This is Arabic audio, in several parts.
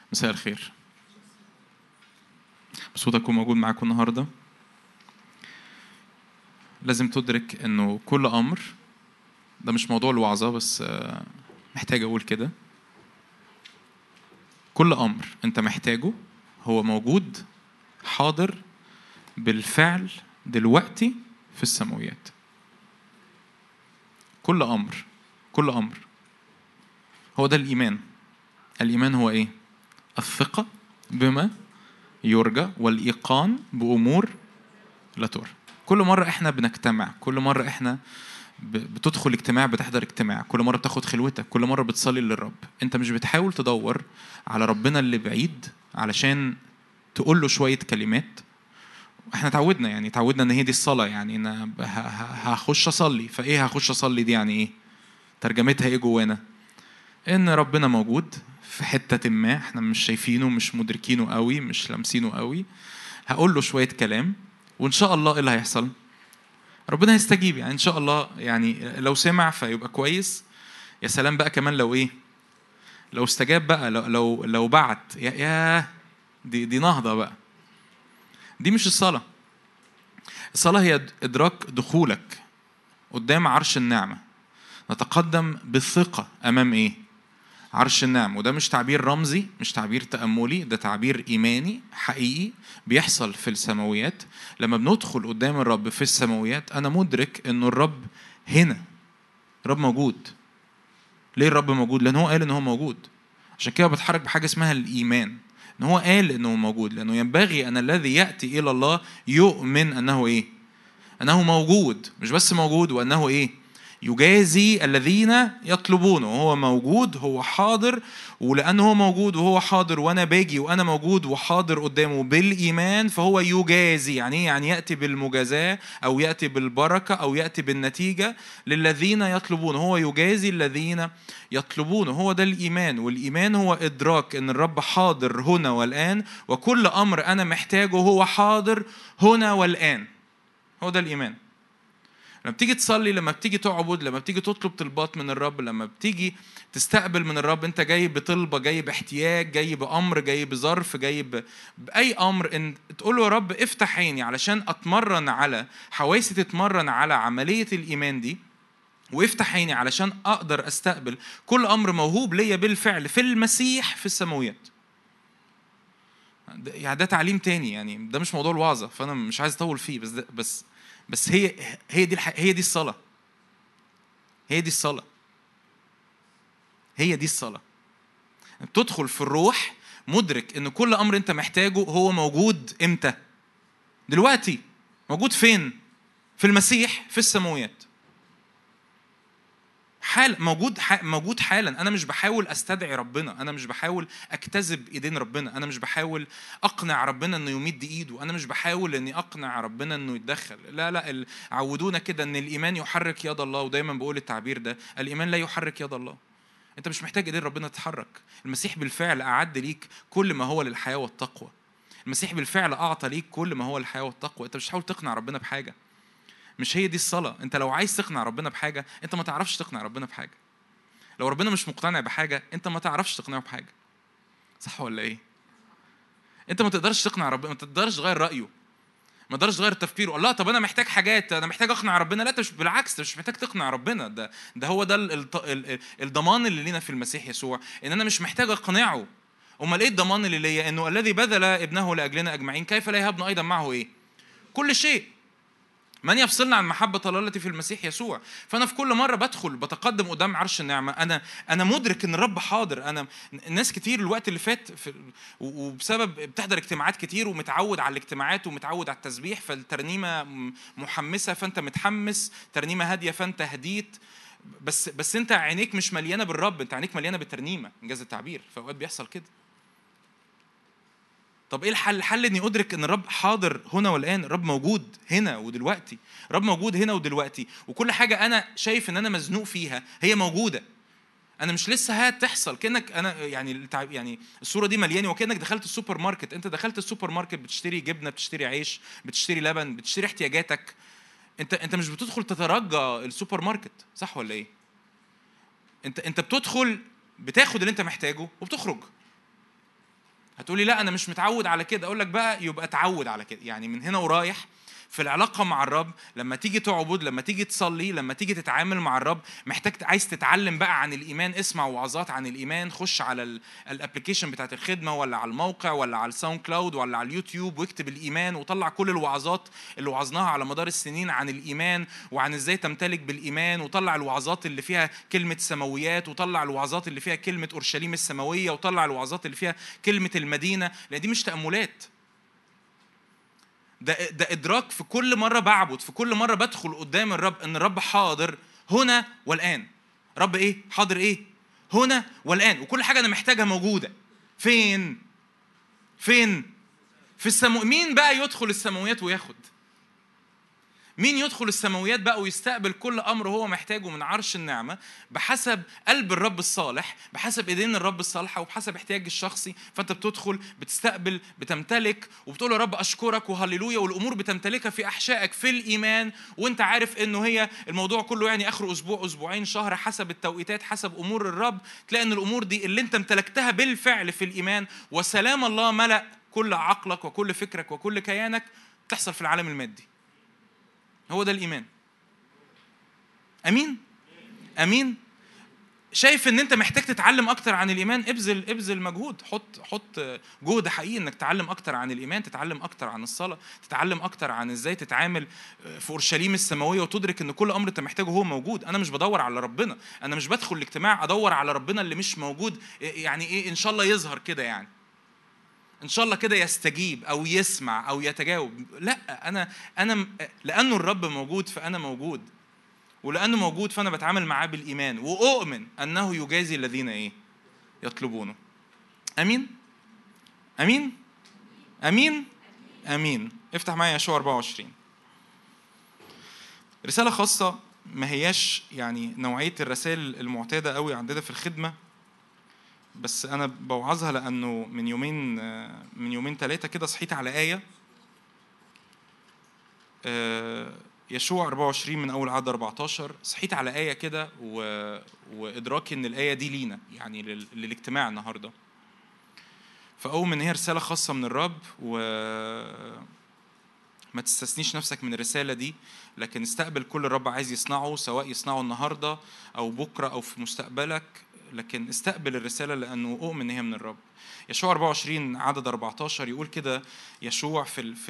مساء الخير. مبسوط أكون موجود معاكم النهاردة. لازم تدرك إنه كل أمر ده مش موضوع الوعظة بس، محتاج أقول كده. كل أمر أنت محتاجه هو موجود حاضر بالفعل دلوقتي في السماويات. كل أمر هو ده الإيمان. الإيمان هو إيه؟ الثقة بما يرجى والإيقان بأمور لا ترى. كل مرة إحنا بنجتمع، كل مرة إحنا بتدخل اجتماع، بتحضر اجتماع، كل مرة بتاخد خلوتك، كل مرة بتصلي للرب. انت مش بتحاول تدور على ربنا اللي بعيد علشان تقول له شوية كلمات. احنا تعودنا ان هي دي الصلاة. يعني انا هخش اصلي، فايه هخش اصلي دي يعني ايه؟ ترجمتها ايه جوانا؟ ان ربنا موجود في حتة ما احنا مش شايفينه، مش مدركينه قوي، مش لامسينه قوي. هقول له شوية كلام وان شاء الله ايه اللي هيحصل؟ ربنا هيستجيب يعني ان شاء الله. يعني لو سمع فيبقى كويس. يا سلام بقى كمان لو ايه، لو استجاب بقى، لو بعت يا دي نهضة بقى. دي مش الصلاة. الصلاة هي إدراك دخولك قدام عرش النعمة. نتقدم بالثقة أمام إيه؟ عرش النعمة. وده مش تعبير رمزي، مش تعبير تأملي، ده تعبير إيماني حقيقي بيحصل في السماويات. لما بندخل قدام الرب في السماويات أنا مدرك إنه الرب هنا، الرب موجود. ليه الرب موجود؟ لأن هو قال إنه هو موجود. عشان كده بتحرك بحاجة اسمها الإيمان، إن هو قال إنه موجود. لأنه ينبغي أن الذي يأتي إلى الله يؤمن أنه إيه؟ أنه موجود. مش بس موجود، وأنه إيه؟ يجازي الذين يطلبونه. وهو موجود، هو حاضر. ولأنه هو موجود وهو حاضر وأنا باجي وأنا موجود وحاضر قدامه بالإيمان، فهو يجازي. يعني إيه؟ يعني يأتي بالمجازاة أو يأتي بالبركة أو يأتي بالنتيجة للذين يطلبونه. هو يجازي الذين يطلبونه. هو ده الإيمان. والإيمان هو إدراك أن الرب حاضر هنا والآن، وكل أمر أنا محتاجه هو حاضر هنا والآن. هو ده الإيمان. لما بتيجي تصلي، لما بتيجي تعبد، لما بتيجي تطلب طلبات من الرب، لما بتيجي تستقبل من الرب، انت جاي بطلبة، جاي باحتياج، جاي بأمر، جاي بظرف، جاي بأي أمر. ان تقول له يا رب افتح عيني علشان أتمرن على حواسي، تتمرن على عملية الإيمان دي، وافتح عيني علشان أقدر أستقبل كل أمر موهوب ليا بالفعل في المسيح في السماويات. يعني ده تعليم تاني، يعني ده مش موضوع الوعظة، فأنا مش عايز أطول فيه. بس هي دي الصلاة. هي دي الصلاة. هي دي الصلاة. بتدخل في الروح مدرك ان كل امر انت محتاجه هو موجود. امتى؟ دلوقتي. موجود فين؟ في المسيح في السماويات. موجود حالا. انا مش بحاول استدعي ربنا، انا مش بحاول اكتذب ايدين ربنا، انا مش بحاول اقنع ربنا انه يمد ايده، انا مش بحاول اني اقنع ربنا انه يتدخل. لا عودونا كده ان الايمان يحرك يد الله. ودايما بقول التعبير ده، الايمان لا يحرك يد الله. انت مش محتاج ايدين ربنا تتحرك. المسيح بالفعل اعد ليك كل ما هو للحياة والتقوى. المسيح بالفعل اعطى ليك كل ما هو للحياة والتقوى. انت مش حاول تقنع ربنا بحاجة. مش هي دي الصلاة. انت لو عايز تقنع ربنا بحاجة، انت ما تعرفش تقنع ربنا بحاجة. لو ربنا مش مقتنع بحاجة، انت ما تعرفش تقنعه بحاجة. صح ولا ايه؟ انت ما تقدرش تقنع ربنا، ما تقدرش تغير رأيه، ما تقدرش تغير تفكيره. الله طب انا محتاج حاجات، انا محتاج اقنع ربنا. لا، مش بالعكس، انت مش محتاج تقنع ربنا. ده هو ده الضمان اللي لينا في المسيح يسوع، ان انا مش محتاج اقنعه. امال ايه الضمان اللي ليا؟ انه الذي بذل ابنه لاجلنا اجمعين كيف لا يهبنا ايضا معه ايه؟ كل شيء. من يفصلنا عن محبة الله التي في المسيح يسوع؟ فأنا في كل مرة بدخل بتقدم قدام عرش النعمة، أنا مدرك إن الرب حاضر. أنا ناس كتير الوقت اللي فات وبسبب بتحضر اجتماعات كتير ومتعود على الاجتماعات ومتعود على التسبيح، فالترنيمة محمسة فأنت متحمس، ترنيمة هادية فأنت هديت. بس أنت عينيك مش مليانة بالرب، أنت عينيك مليانة بالترنيمة، إنجاز التعبير. فأوقات بيحصل كده. طب ايه الحل؟ الحل اني ادرك ان الرب حاضر هنا والان. الرب موجود هنا ودلوقتي. الرب موجود هنا ودلوقتي. وكل حاجه انا شايف ان انا مزنوق فيها هي موجوده. انا مش لسه هتحصل كانك انا يعني الصوره دي مليانه وكانك دخلت السوبر ماركت. انت دخلت السوبر ماركت بتشتري جبنه، بتشتري عيش، بتشتري لبن، بتشتري احتياجاتك. انت مش بتدخل تترجى السوبر ماركت. صح ولا ايه؟ انت بتدخل بتاخد اللي انت محتاجه وبتخرج. هتقولي لا أنا مش متعود على كده. أقول لك بقى يبقى تعود على كده. يعني من هنا ورايح في العلاقة مع الرب، لما تيجي تعبد، لما تيجي تصلي، لما تيجي تتعامل مع الرب، محتاج عايز تتعلم بقى عن الإيمان. اسمع وعظات عن الإيمان، خش على الابليكيشن بتاعت الخدمة، ولا على الموقع، ولا على الساوند كلاود، ولا على اليوتيوب، واكتب الإيمان وطلع كل الوعظات اللي وعظناها على مدار السنين عن الإيمان وعن إزاي تمتلك بالإيمان، وطلع الوعظات اللي فيها كلمة سماويات، وطلع الوعظات اللي فيها كلمة أورشليم السماوية، وطلع الوعظات اللي فيها كلمة المدينة، لأن دي مش تأملات. ده إدراك في كل مرة بعبد، في كل مرة بدخل قدام الرب، إن الرب حاضر هنا والآن. رب إيه؟ حاضر إيه؟ هنا والآن. وكل حاجة أنا محتاجها موجودة. فين؟ في السماء. مين بقى يدخل السماويات وياخد؟ مين يدخل السماويات بقى ويستقبل كل أمر هو محتاجه من عرش النعمة بحسب قلب الرب الصالح، بحسب إيدين الرب الصالحة، وبحسب احتياج الشخصي؟ فأنت بتدخل، بتستقبل، بتمتلك، وبتقول يا رب أشكرك وهللويا، والأمور بتمتلكها في أحشائك في الإيمان، وأنت عارف إنه هي الموضوع كله يعني آخر أسبوع، أسبوعين، شهر، حسب التوقيتات، حسب أمور الرب. تلاقي إن الأمور دي اللي أنت امتلكتها بالفعل في الإيمان، وسلام الله ملأ كل عقلك وكل فكرك وكل كيانك، تحصل في العالم المادي. هو ده الإيمان. أمين؟ أمين؟ شايف إن أنت محتاج تتعلم أكتر عن الإيمان؟ ابذل مجهود، حط جهد حقيقي إنك تتعلم أكتر عن الإيمان، تتعلم أكتر عن الصلاة، تتعلم أكتر عن إزاي تتعامل في أورشليم السماوية، وتدرك إن كل أمر أنت محتاجه هو موجود. أنا مش بدور على ربنا، أنا مش بدخل الاجتماع أدور على ربنا اللي مش موجود. يعني إيه إن شاء الله يظهر كده، يعني إن شاء الله كده يستجيب أو يسمع أو يتجاوب. لا، أنا لأنه الرب موجود فأنا موجود، ولأنه موجود فأنا بتعامل معاه بالإيمان، وأؤمن أنه يجازي الذين إيه؟ يطلبونه. أمين؟ أمين؟ أمين؟ أمين. افتح معايا يشوع 24. رسالة خاصة، ما هياش يعني نوعية الرسائل المعتادة قوي عندنا في الخدمة، بس أنا بوعظها لأنه من يومين 3 كده صحيت على آية، يشوع 24 من أول عدد 14. صحيت على آية كده وإدراكي إن الآية دي لينا، يعني للاجتماع النهاردة. فأول من هي رسالة خاصة من الرب، وما تستثنيش نفسك من الرسالة دي، لكن استقبل كل الرب عايز يصنعه، سواء يصنعه النهاردة أو بكرة أو في مستقبلك، لكن استقبل الرسالة لأنه أؤمن إن هي من الرب. يشوع 24 عدد 14 يقول كده. يشوع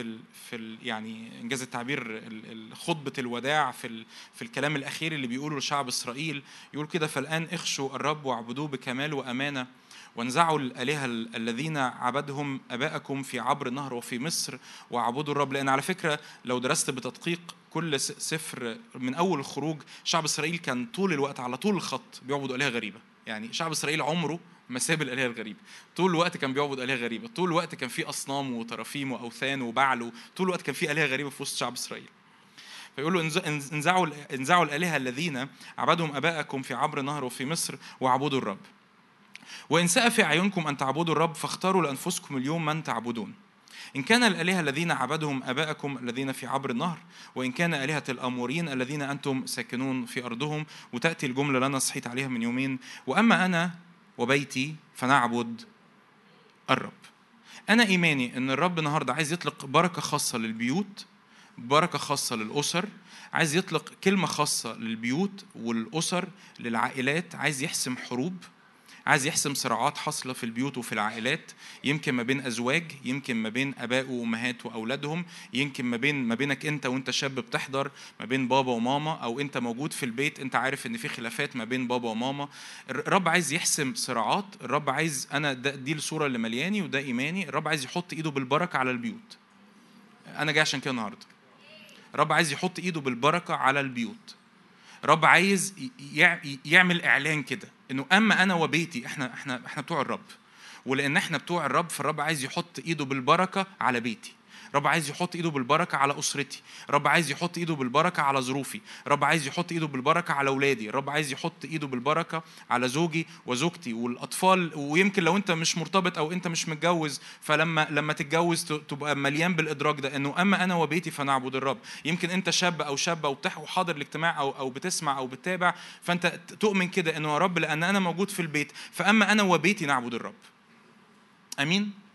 في يعني إنجاز التعبير خطبة الوداع في الكلام الأخير اللي بيقوله لشعب إسرائيل، يقول كده: فالآن اخشوا الرب واعبدوه بكمال وأمانة، وانزعوا الآلهة الذين عبدهم آباءكم في عبر النهر وفي مصر، واعبدوا الرب. لأن على فكرة لو درست بتدقيق كل سفر من أول الخروج، شعب إسرائيل كان طول الوقت على طول الخط بيعبدوا آلهة غريبة. يعني شعب إسرائيل عمره ما ساب الآلهة الغريبة، طول الوقت كان بيعبد آلهة غريبة، طول الوقت كان في أصنام وترافيم وأوثان وبعل، طول الوقت كان في آلهة غريبة في وسط شعب إسرائيل. فيقول له: انزعوا الآلهة الذين عبدهم آباءكم في عبر النهر وفي مصر واعبدوا الرب. وإن ساء في أعينكم أن تعبدوا الرب، فاختاروا لأنفسكم اليوم من تعبدون، إن كان الآلهة الذين عبدهم آباءكم الذين في عبر النهر، وإن كان آلهة الأموريين الذين أنتم ساكنون في أرضهم. وتأتي الجملة اللي أنا صحيت عليها من يومين: وأما أنا وبيتي فنعبد الرب. أنا إيماني إن الرب النهاردة عايز يطلق بركة خاصة للبيوت، بركة خاصة للأسر، عايز يطلق كلمة خاصة للبيوت والأسر للعائلات، عايز يحسم حروب، عايز يحسم صراعات حاصلة في البيوت وفي العائلات، يمكن ما بين أزواج، يمكن ما بين آباء وأمهات وأولادهم، يمكن ما بينك أنت وأنت شاب بتحضر، ما بين بابا وماما، أو أنت موجود في البيت أنت عارف إن في خلافات ما بين بابا وماما. الرب عايز يحسم صراعات. الرب عايز، أنا دي الصورة اللي ملياني وده إيماني، الرب عايز يحط إيده بالبركة على البيوت. أنا جاي عشان كده النهاردة. الرب عايز يحط إيده بالبركة على البيوت. رب عايز يعمل إعلان كده إنه أما أنا وبيتي إحنا بتوع الرب، ولأن إحنا بتوع الرب، فالرب عايز يحط إيده بالبركة على بيتي. رب عايز يحط إيده بالبركة على أسرتي. رب عايز يحط إيده بالبركة على ظروفي. رب عايز يحط إيده بالبركة على أولادي. رب عايز يحط إيده بالبركة على زوجي وزوجتي والأطفال. ويمكن لو أنت مش مرتبط أو أنت مش متجوز، فلما تتجوز تبقى مليان بالإدراك ده إنه أما أنا وبيتي فنعبد الرب. يمكن أنت شاب أو شابة وحاضر الاجتماع أو بتسمع أو بتتابع، فأنت تؤمن كده إنه يا رب لأن أنا موجود في البيت، فأما أنا وبيتي نعبد الرب. أمين.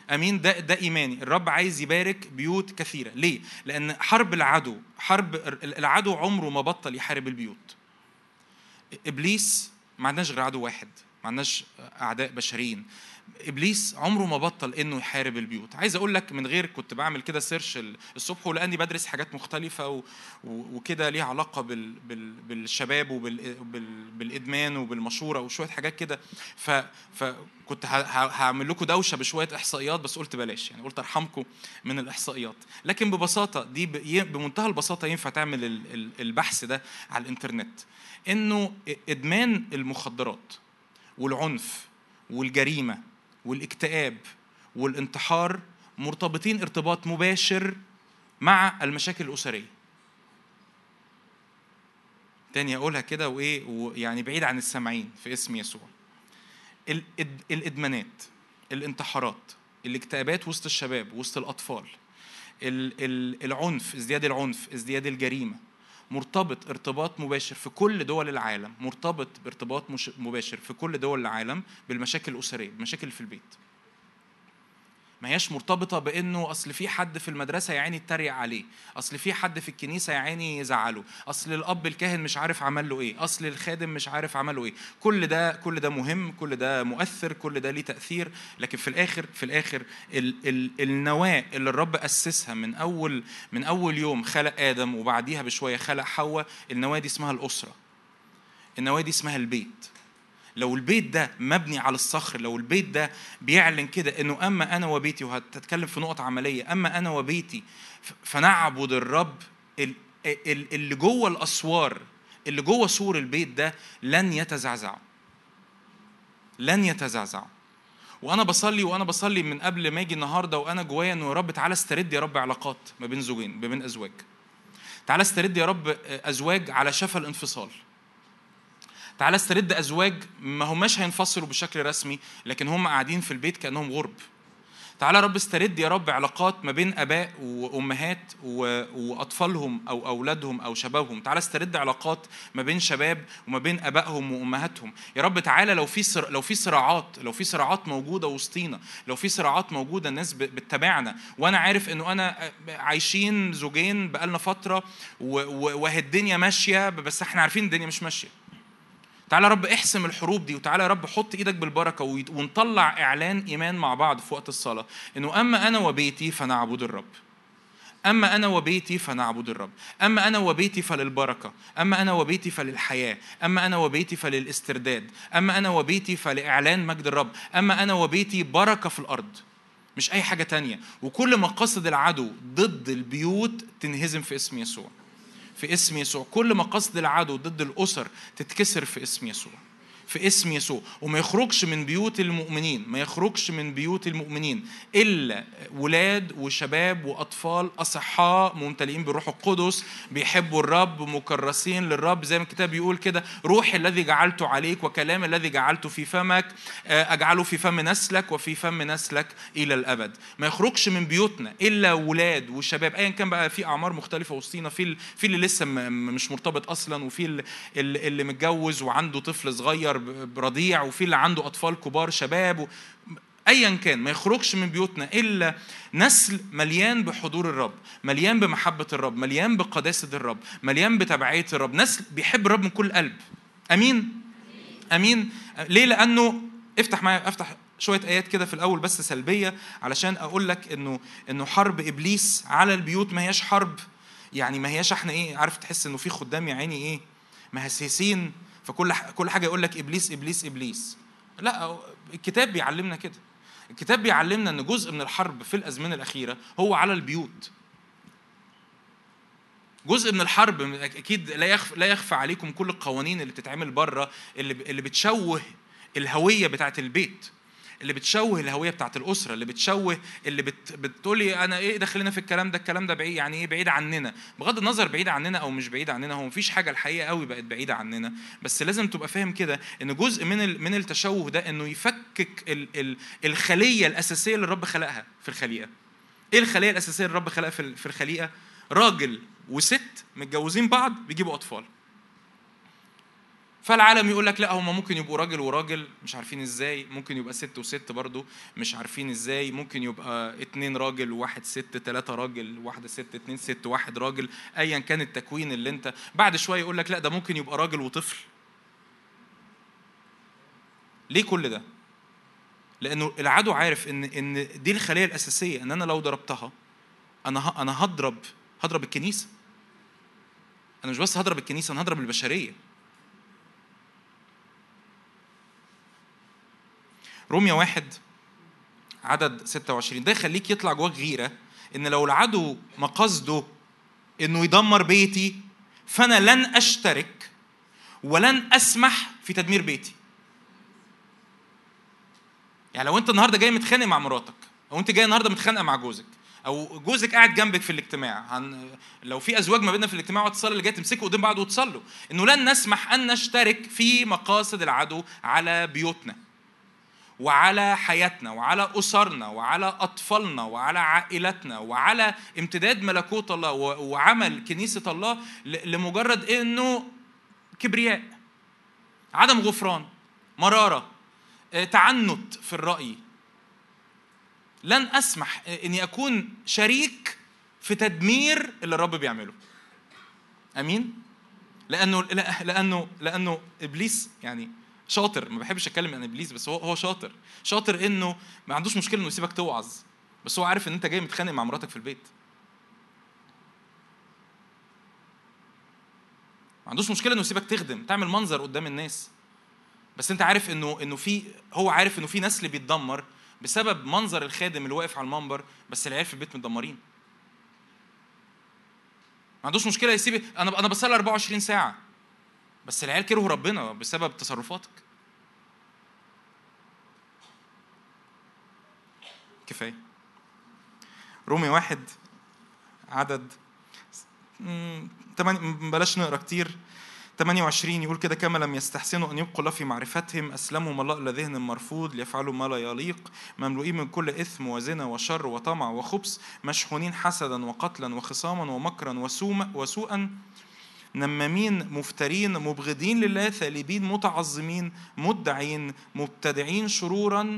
امين. ده ايماني. الرب عايز يبارك بيوت كثيره. ليه؟ لان حرب العدو عمره ما بطل يحارب البيوت. ابليس ما عندناش غير عدو واحد، ما عندناش اعداء بشريين. ابليس عمره ما بطل انه يحارب البيوت. عايز اقول لك من غير، كنت بعمل كده سيرش الصبح ولاني بدرس حاجات مختلفه وكده ليها علاقه بالشباب وبالادمان وبالمشوره وشويه حاجات كده. فكنت هعمل لكم دوشه بشويه احصائيات، بس قلت بلاش، يعني قلت ارحمكم من الاحصائيات. لكن ببساطه دي بمنتهى البساطه ينفع تعمل البحث ده على الانترنت، انه ادمان المخدرات والعنف والجريمه والاكتئاب والانتحار مرتبطين ارتباط مباشر مع المشاكل الأسرية. تاني أقولها كده ويعني بعيد عن السامعين في اسم يسوع. الإدمانات، الانتحارات، الاكتئابات وسط الشباب وسط الأطفال، العنف، ازدياد الجريمة، مرتبط ارتباط مباشر في كل دول العالم، مرتبط بارتباط مباشر في كل دول العالم بالمشاكل الأسرية، بالمشاكل في البيت. ما هياش مرتبطة بأنه أصل في حد في المدرسة يا عيني اتريق عليه، أصل في حد في الكنيسة يا عيني يزعله، أصل الأب الكاهن مش عارف عمل له إيه، أصل الخادم مش عارف عمل له إيه. كل ده مهم، كل ده مؤثر، كل ده ليه تأثير. لكن في الآخر النواة اللي الرب أسسها من أول يوم خلق آدم وبعديها بشوية خلق حواء، النواة دي اسمها الأسرة، النواة دي اسمها البيت. لو البيت ده مبني على الصخر، لو البيت ده بيعلن كده انه اما انا وبيتي، وهتتكلم في نقطة عملية، اما انا وبيتي فنعبد الرب، اللي جوه الاسوار، اللي جوه سور البيت ده لن يتزعزع. وانا بصلي من قبل ما اجي النهارده وانا جوايا انه يا رب تعالى استرد يا رب علاقات ما بين زوجين، ما بين ازواج. تعالى استرد يا رب ازواج على شفا الانفصال. تعالى استرد أزواج ما هماش هينفصلوا بشكل رسمي، لكن هم قاعدين في البيت كأنهم غرب. تعالى رب استرد يا رب علاقات ما بين أباء وأمهات وأطفالهم أو أولادهم أو شبابهم. تعالى استرد علاقات ما بين شباب وما بين أبائهم وأمهاتهم. يا رب تعالى لو في صراعات موجودة وسطينا، لو في صراعات موجودة الناس بتتابعنا، وأنا عارف إنه أنا عايشين زوجين بقالنا فترة والدنيا ماشية، بس إحنا عارفين الدنيا مش ماشية. تعالى رب احسم الحروب دي، وتعالى رب حط ايدك بالبركة ونطلع اعلان ايمان مع بعض في وقت الصلاة، انه اما انا وبيتي فنعبد الرب، اما انا وبيتي فنعبد الرب، اما انا وبيتي فللبركة، اما انا وبيتي فللحياة، اما انا وبيتي فللاسترداد، اما انا وبيتي فلاعلان مجد الرب، اما انا وبيتي بركة في الارض، مش اي حاجة تانية. وكل مقاصد العدو ضد البيوت تنهزم في اسم يسوع، في اسم يسوع. كل مقاصد العدو ضد الأسر تتكسر في اسم يسوع، في اسم يسوع. وما يخرجش من بيوت المؤمنين، ما يخرجش من بيوت المؤمنين إلا ولاد وشباب وأطفال أصحاء ممتلئين بالروح القدس، بيحبوا الرب، مكرسين للرب، زي ما الكتاب بيقول كده: روح الذي جعلته عليك وكلام الذي جعلته في فمك أجعله في فم نسلك وفي فم نسلك إلى الأبد. ما يخرجش من بيوتنا إلا ولاد وشباب، أيا كان بقى، في أعمار مختلفة وسطينا، في اللي لسه مش مرتبط أصلا، وفي اللي متجوز وعنده طفل صغير رضيع، وفي اللي عنده أطفال كبار شباب أيا كان. ما يخرجش من بيوتنا إلا نسل مليان بحضور الرب، مليان بمحبة الرب، مليان بقداسة الرب، مليان بتبعية الرب، نسل بيحب الرب من كل قلب. أمين أمين. ليه؟ لأنه افتح شوية آيات كده في الأول بس سلبية، علشان أقول لك إنه حرب إبليس على البيوت ما هياش حرب، يعني ما هياش احنا عارف تحس إنه في خدام يا عيني مهسسين، فكل حاجة يقول لك إبليس إبليس إبليس. لا، الكتاب بيعلمنا كده. الكتاب بيعلمنا إن جزء من الحرب في الأزمنة الأخيرة هو على البيوت. جزء من الحرب أكيد لا يخفى عليكم كل القوانين اللي بتتعمل بره، اللي بتشوه الهوية بتاعت البيت، اللي بتشوه الهوية بتاعت الأسرة، اللي بتشوه، اللي بتقولي أنا دخلنا في الكلام ده بعيد، يعني بعيد عننا. بغض النظر بعيد عننا أو مش بعيد عننا، هو مفيش حاجة الحقيقة قوي بقت بعيدة عننا، بس لازم تبقى فاهم كده إن جزء من التشوه ده إنه يفكك الخلية الأساسية اللي الرب خلقها في الخليقة. إيه الخلية الأساسية اللي الرب خلقها في راجل وست متجوزين بعض بيجيبوا أطفال. فالعالم يقول لك لا هم ممكن يبقوا راجل وراجل مش عارفين ازاي، ممكن يبقى ست وست برضو مش عارفين ازاي، ممكن يبقى 2 راجل وواحد ست، 3 راجل واحدة ست، 2 ست واحد راجل، ايا كان التكوين اللي انت. بعد شوية يقول لك لا ده ممكن يبقى راجل وطفل. ليه كل ده؟ لانه العدو عارف ان دي الخلية الأساسية، ان انا لو ضربتها انا هضرب الكنيسة. انا مش بس هضرب الكنيسة، انا هضرب البشرية. رومية 1 عدد 26 ده يخليك يطلع جواك غيرة ان لو العدو مقصده انه يدمر بيتي فانا لن اشترك ولن اسمح في تدمير بيتي. يعني لو انت النهارده جاي متخانق مع مراتك، او انت جاي النهارده متخانقه مع جوزك، او جوزك قاعد جنبك في الاجتماع، لو في ازواج ما بيننا في الاجتماع وتصلي اللي جاي تمسكوا قدام بعض وتصلوا، انه لن نسمح ان نشترك في مقاصد العدو على بيوتنا وعلى حياتنا وعلى أسرنا وعلى أطفالنا وعلى عائلتنا وعلى امتداد ملكوت الله وعمل كنيسة الله، لمجرد إنه كبرياء، عدم غفران، مرارة، تعنت في الرأي. لن أسمح إني أكون شريك في تدمير اللي الرب بيعمله. أمين؟ لأنه إبليس يعني شاطر. ما بحبش أتكلم عن إبليس، بس هو شاطر إنه ما عندوش مشكلة إنه يسيبك توعظ، بس هو عارف إن أنت جاي متخانق مع مراتك في البيت. ما عندوش مشكلة إنه يسيبك تخدم تعمل منظر قدام الناس، بس أنت عارف هو عارف إنه في نسل بيتدمر بسبب منظر الخادم اللي واقف على المنبر، بس العيال في البيت متدمرين. ما عندوش مشكلة يسيب. أنا بصلي 24 ساعة، بس العيال كرهوا ربنا بسبب تصرفاتك. كفاية. رومي 1 عدد بلاش نقرأ كتير. 28 يقول كده: كما لم يستحسنوا أن يبقوا لا في معرفتهم أسلمهم الله إلى ذهن مرفوض ليفعلوا ما لا يليق، مملوئين من كل إثم وزنا وشر وطمع وخبث، مشحونين حسدا وقتلا وخصاما ومكرا وسوءا، نمامين مفترين مبغضين لله ثالبين متعظمين مدعين مبتدعين شرورا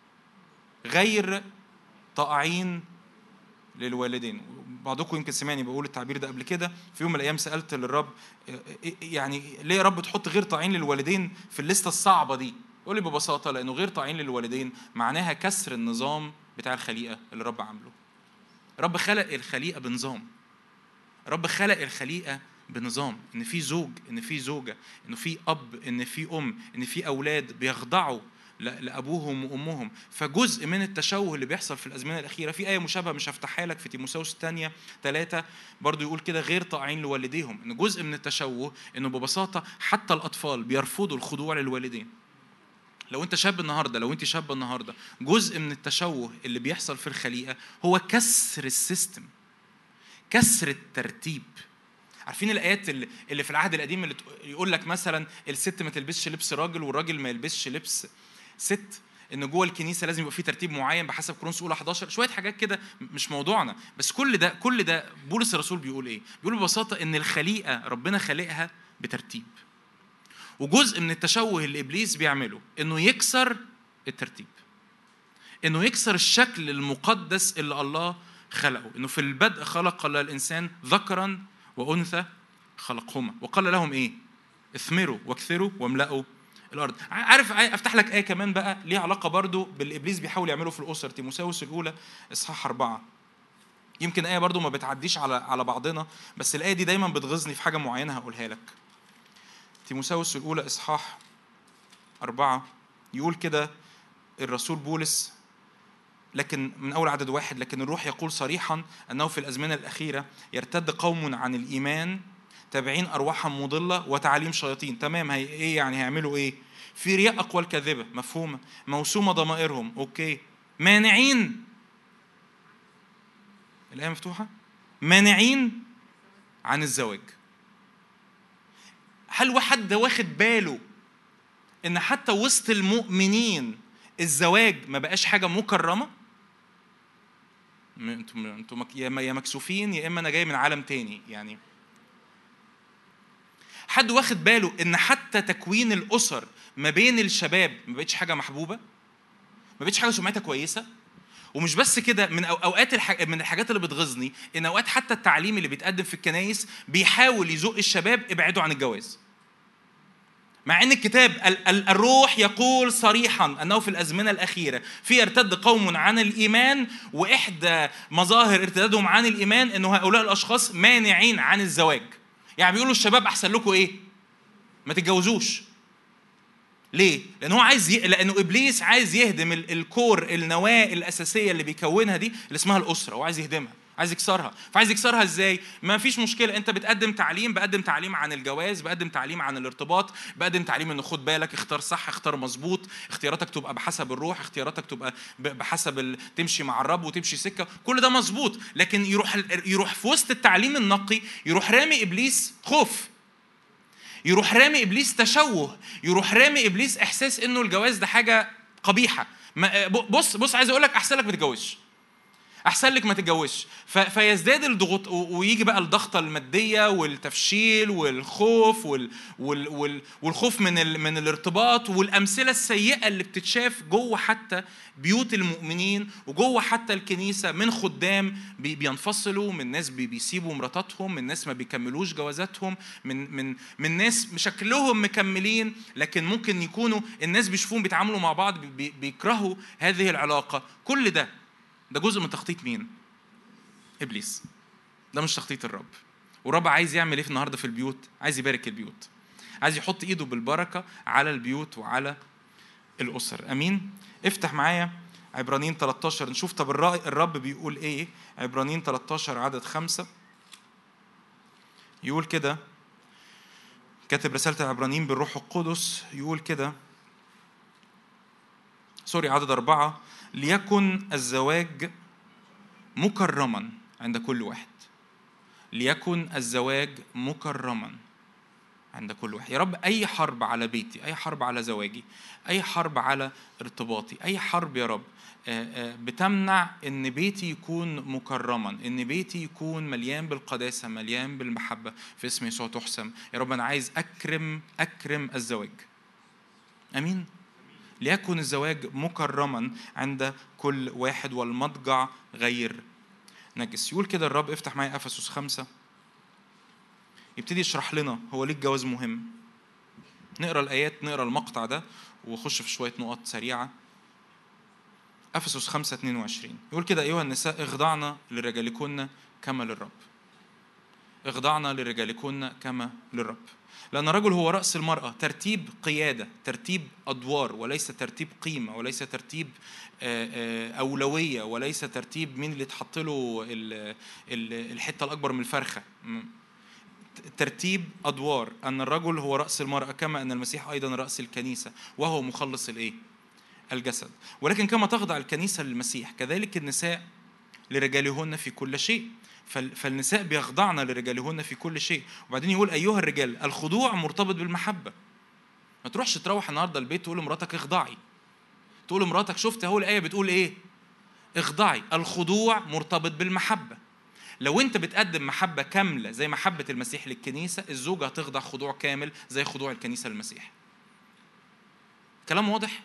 غير طائعين للوالدين. بعضكم يمكن سمعني بقول التعبير ده قبل كده. في يوم من الايام سالت للرب يعني ليه يا رب تحط غير طاعين للوالدين في الليسته الصعبه دي؟ يقول لي ببساطه لانه غير طاعين للوالدين معناها كسر النظام بتاع الخليقه اللي الرب عامله. رب خلق الخليقه بنظام. رب خلق الخليقه بنظام، ان في زوج، ان في زوجه، انه في اب، ان في ام، ان في اولاد بيخضعوا لابوهم وامهم. فجزء من التشوه اللي بيحصل في الازمنه الاخيره، في ايه مشابهه مش هفتحها لك في تيموثاوس الثانيه 3 برضو يقول كده: غير طاعين لوالديهم. ان جزء من التشوه انه ببساطه حتى الاطفال بيرفضوا الخضوع للوالدين. لو انت شاب النهارده، لو انت شاب النهارده، جزء من التشوه اللي بيحصل في الخليقه هو كسر السيستم، كسر الترتيب. عارفين الآيات اللي في العهد القديم اللي يقول لك مثلا الست ما تلبسش لبس راجل والراجل ما يلبسش لبس ست، ان جوه الكنيسه لازم يبقى في ترتيب معين بحسب كورنثوس اولى 11، شويه حاجات كده مش موضوعنا. بس كل ده بولس الرسول بيقول ايه؟ بيقول ببساطه ان الخليقه ربنا خلقها بترتيب، وجزء من التشوه اللي ابليس بيعمله انه يكسر الترتيب، انه يكسر الشكل المقدس اللي الله خلقه. انه في البدء خلق الله الانسان ذكرا وانثى خلقهما وقال لهم ايه؟ اثمروا واكثروا واملأوا الارض. عارف افتح لك ايه كمان بقى ليها علاقه برضو بالابليس بيحاول يعمله في الاسر. تيموثاوس الاولى اصحاح 4. يمكن ايه برضو ما بتعديش على بعضنا، بس الايه دي دايما بتغزني في حاجه معينه هقولها لك. تيموثاوس الاولى اصحاح 4 يقول كده الرسول بولس، لكن من أول عدد 1: لكن الروح يقول صريحا أنه في الأزمنة الأخيرة يرتد قوم عن الإيمان تابعين أرواحا مضلة وتعاليم شياطين. تمام، إيه يعني هيعملوا إيه؟ في رياء أقوال كاذبة، مفهومة، موسومة ضمائرهم، أوكي، مانعين، الآية مفتوحة، مانعين عن الزواج. هل واحد واخد باله إن حتى وسط المؤمنين الزواج ما بقاش حاجة مكرمة؟ انتم يا مكسوفين يا اما انا جاي من عالم تاني. يعني حد واخد باله إن حتى تكوين الأسر ما بين الشباب ما بقتش حاجة محبوبة، ما بقتش حاجة سمعتها كويسة؟ ومش بس كده، من أوقات من الحاجات اللي بتغيظني إن أوقات حتى التعليم اللي بيتقدم في الكنايس بيحاول يزق الشباب ابعدوا عن الجواز، مع أن الكتاب الروح يقول صريحا أنه في الأزمنة الأخيرة في يرتد قوم عن الإيمان، وإحدى مظاهر ارتدادهم عن الإيمان أنه هؤلاء الأشخاص مانعين عن الزواج. يعني بيقولوا الشباب أحسن لكم إيه؟ ما تتجوزوش. ليه؟ لأنه لأنه إبليس عايز يهدم الكور، النواة الأساسية اللي بيكونها دي اللي اسمها الأسرة، وعايز يهدمها، عايز يكسرها. فعايز يكسرها إزاي؟ ما فيش مشكلة، أنت بتقدم تعليم، بقدم تعليم عن الجواز، بقدم تعليم عن الارتباط، بقدم تعليم إنه خد بالك، اختار صح، اختار مظبوط، اختياراتك تبقى بحسب الروح، اختياراتك تبقى بحسب تمشي مع الرب وتمشي سكة، كل ده مظبوط. لكن يروح في وسط التعليم النقي يروح رامي إبليس خوف، يروح رامي إبليس تشوه، يروح رامي إبليس إحساس إنه الجواز ده حاجة قبيحة. بص عايز أقولك أحسن لك ما تتجوزش، أحسن لك ما تتجوزش. فيزداد الضغط، ويجي بقى الضغطة المادية والتفشيل والخوف والخوف من الارتباط، والأمثلة السيئة اللي بتتشاف جوه حتى بيوت المؤمنين وجوه حتى الكنيسة، من خدام بينفصلوا، من ناس بيسيبوا مراتاتهم، من ناس ما بيكملوش جوازاتهم، من ناس شكلهم مكملين لكن ممكن يكونوا الناس بيشوفون بيتعاملوا مع بعض بيكرهوا هذه العلاقة. كل ده جزء من تخطيط مين؟ إبليس. ده مش تخطيط الرب. والرب عايز يعمل إيه في النهاردة في البيوت؟ عايز يبارك البيوت، عايز يحط إيده بالبركة على البيوت وعلى الأسر. أمين. افتح معايا عبرانيين 13 نشوف طب الرب بيقول إيه. عبرانيين 13 عدد 5 يقول كده، كاتب رسالة العبرانيين بالروح القدس، يقول كده، عدد 4: ليكن الزواج مكرما عند كل واحد. ليكن الزواج مكرما عند كل واحد. يا رب أي حرب على بيتي، أي حرب على زواجي، أي حرب على ارتباطي، أي حرب يا رب بتمنع إن بيتي يكون مكرما، إن بيتي يكون مليان بالقداسة، مليان بالمحبة، في اسم يسوع تحسم. يا رب أنا عايز أكرم الزواج. أمين. ليكن الزواج مكرما عند كل واحد والمضجع غير نجس. يقول كده الرب. افتح معي أفسس 5 يبتدي يشرح لنا هو ليه الجواز مهم. نقرأ الآيات، نقرأ المقطع ده وخش في شوية نقط سريعة. أفسس 5:22 يقول كده: أيها النساء اخضعنا لرجالكن كما للرب. اخضعنا لرجالكن كما للرب، لأن الرجل هو رأس المرأة. ترتيب قيادة، ترتيب أدوار، وليس ترتيب قيمة، وليس ترتيب أولوية، وليس ترتيب مين اللي تحط له الحتة الأكبر من الفرخة. ترتيب أدوار، أن الرجل هو رأس المرأة كما أن المسيح أيضا رأس الكنيسة وهو مخلص الجسد. ولكن كما تخضع الكنيسة للمسيح كذلك النساء لرجالهن في كل شيء. فالنساء بيخضعن لرجالهن في كل شيء. وبعدين يقول أيها الرجال الخضوع مرتبط بالمحبة. ما تروحش تروح النهاردة البيت تقول لمراتك اخضعي، تقول لمراتك شفت اهو الآية بتقول ايه؟ اخضعي. الخضوع مرتبط بالمحبة. لو انت بتقدم محبة كاملة زي محبة المسيح للكنيسة، الزوجة هتخضع خضوع كامل زي خضوع الكنيسة للمسيح. كلام واضح؟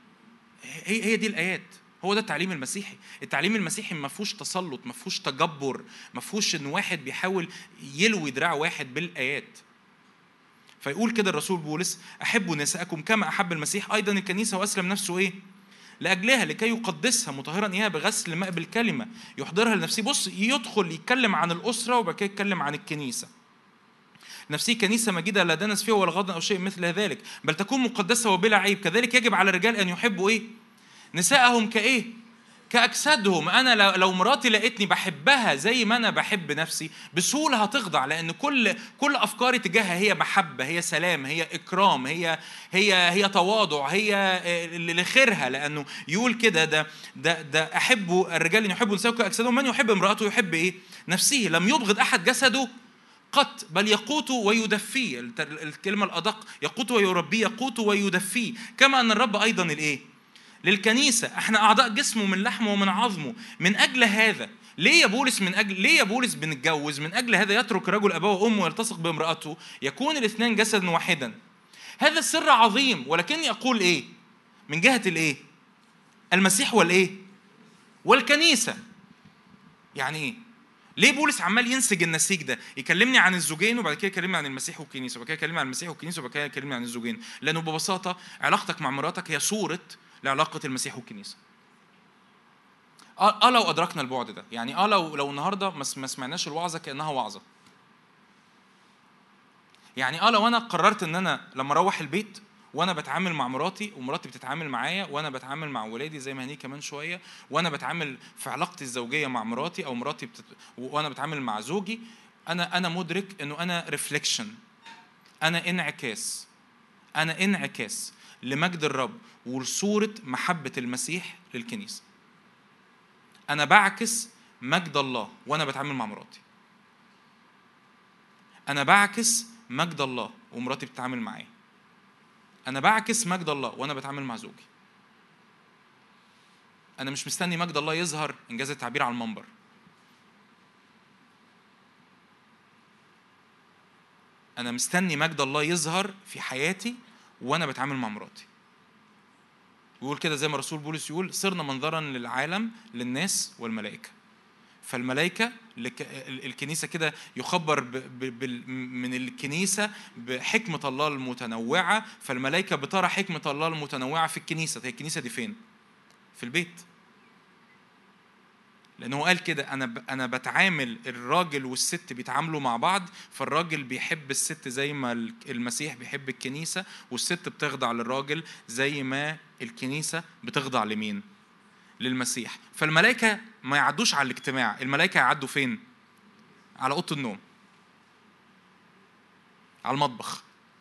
هي دي الآيات، هو ده التعليم المسيحي. التعليم المسيحي ما فيهوش تسلط، ما فيهوش تجبر، ما فيهوش ان واحد بيحاول يلوي دراع واحد بالآيات. فيقول كده الرسول بولس: أحبوا نساءكم كما أحب المسيح أيضا الكنيسة وأسلم نفسه إيه؟ لأجلها لكي يقدسها مطهرا إياها بغسل الماء بالكلمة يحضرها لنفسه. بص، يدخل يتكلم عن الأسرة وبعد كده يتكلم عن الكنيسة. نفسه كنيسة مجيدة لا دنس فيها ولا غضن أو شيء مثل ذلك، بل تكون مقدسة وبلا عيب. كذلك يجب على الرجال أن يحبوا إيه؟ نساءهم كإيه؟ كأجسادهم. أنا لو مراتي لقيتني بحبها زي ما أنا بحب نفسي، بسهولة هتخضع، لأن كل أفكاري تجاهها هي محبة، هي سلام، هي إكرام، هي تواضع، هي لخيرها. لأنه يقول كده ده أحبوا الرجال أن يحبوا نساءهم كأجسادهم. من يحب امرأته يحب إيه؟ نفسه. لم يبغض أحد جسده قط، بل يقوت ويدفيه. الكلمة الأدق يقوت ويربيه، يقوت ويدفيه. كما أن الرب أيضا الإيه؟ للكنيسة. احنا أعضاء جسمه من لحمه ومن عظمه. من أجل هذا ليه يا بولس بنتجوز؟ من أجل هذا يترك رجل أباه وأمه ويلتصق بامرأته يكون الاثنان جسدا واحدا. هذا السر عظيم، ولكني أقول إيه؟ من جهة الإيه؟ المسيح والإيه؟ والكنيسة. يعني إيه؟ ليه بولس عمال ينسج النسيج ده؟ يكلمني عن الزوجين وبعد كده يكلمني عن المسيح والكنيسة، وبعد كده يكلمني عن المسيح والكنيسة، وبعد كده يكلمني عن الزوجين. لأنه ببساطة علاقتك مع مراتك هي صورة لعلاقة المسيح والكنيسة. لو أدركنا البعد ده، يعني لو النهاردة ما سمعناش الوعظة كأنها وعظة. يعني لو أنا قررت إن أنا لما أروح البيت وانا بتعامل مع مراتي ومراتي بتتعامل معايا وانا بتعامل مع ولادي زي ما هنيجي كمان شويه، وانا بتعامل في علاقتي الزوجيه مع مراتي او مراتي وانا بتعامل مع زوجي، انا مدرك انه انا ريفليكشن، انا انعكاس لمجد الرب ولصوره محبه المسيح للكنيسه. انا بعكس مجد الله وانا بتعامل مع مراتي، انا بعكس مجد الله ومراتي بتتعامل معايا، أنا بعكس مجد الله وأنا بتعامل مع زوجي. أنا مش مستني مجد الله يظهر إنجاز التعبير على المنبر. أنا مستني مجد الله يظهر في حياتي وأنا بتعامل مع مراتي. ويقول كده زي ما رسول بولس يقول: صرنا منظرا للعالم للناس والملائكة. فالملائكة الكنيسة كده يخبر من الكنيسة بحكمة الله المتنوعة، فالملائكة بترى حكمة الله المتنوعة في الكنيسة. هي الكنيسة دي فين؟ في البيت. لأنه قال كده: أنا بتعامل الراجل والست بيتعاملوا مع بعض، فالراجل بيحب الست زي ما المسيح بيحب الكنيسة، والست بتخضع للراجل زي ما الكنيسة بتخضع لمين؟ للمسيح. فالملائكة ما يعدوش على الاجتماع، الملائكة يعدوا فين؟ على أوضة النوم، على المطبخ،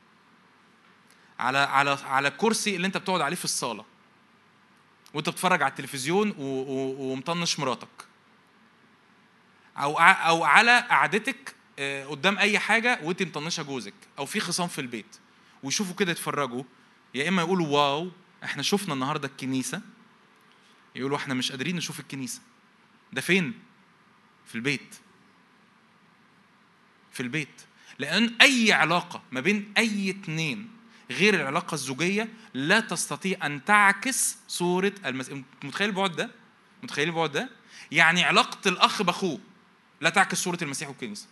على الكرسي اللي انت بتقعد عليه في الصالة وانت بتتفرج على التلفزيون ومطنش مراتك، او على قعدتك قدام اي حاجه وانت مطنشه جوزك، او في خصام في البيت ويشوفوا كده يتفرجوا، يا اما يقولوا واو احنا شفنا النهارده الكنيسه، يقولوا احنا مش قادرين نشوف الكنيسه. ده فين؟ في البيت. في البيت. لان اي علاقه ما بين اي اتنين غير العلاقه الزوجيه لا تستطيع ان تعكس صوره المسيح. متخيل البعد ده؟ متخيل البعد ده؟ يعني علاقه الاخ باخوه لا تعكس صورة المسيح والكنيسة.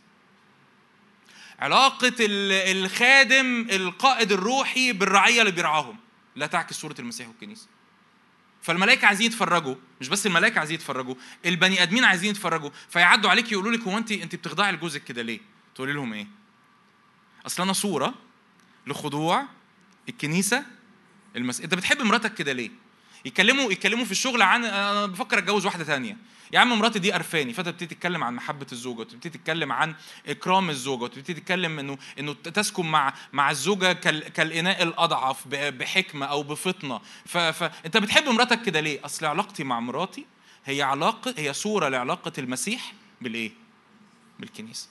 علاقة الخادم القائد الروحي بالرعية اللي بيرعاهم لا تعكس صورة المسيح والكنيسة. فالملائكة عايزين يتفرجوا، مش بس الملائكة عايزين يتفرجوا، البني آدمين عايزين يتفرجوا، فيعدوا عليك يقولوا لك: هو انت بتخضعي لجوزك كده ليه؟ تقولي لهم ايه؟ اصل انا صورة لخضوع الكنيسة المسيح. انت بتحب مراتك كده ليه؟ يتكلموا في الشغل عن انا بفكر اتجوز واحده ثانيه. يا عم مراتي دي قرفاني، فانت بتبتدي تتكلم عن محبه الزوجه، وتبتدي تتكلم عن اكرام الزوجه، وتبتدي تتكلم انه تسكن مع الزوجه كالاناء الاضعف بحكمه او بفطنه. فانت بتحب مراتك كده ليه؟ اصل علاقتي مع مراتي هي صوره لعلاقه المسيح بالايه؟ بالكنيسه.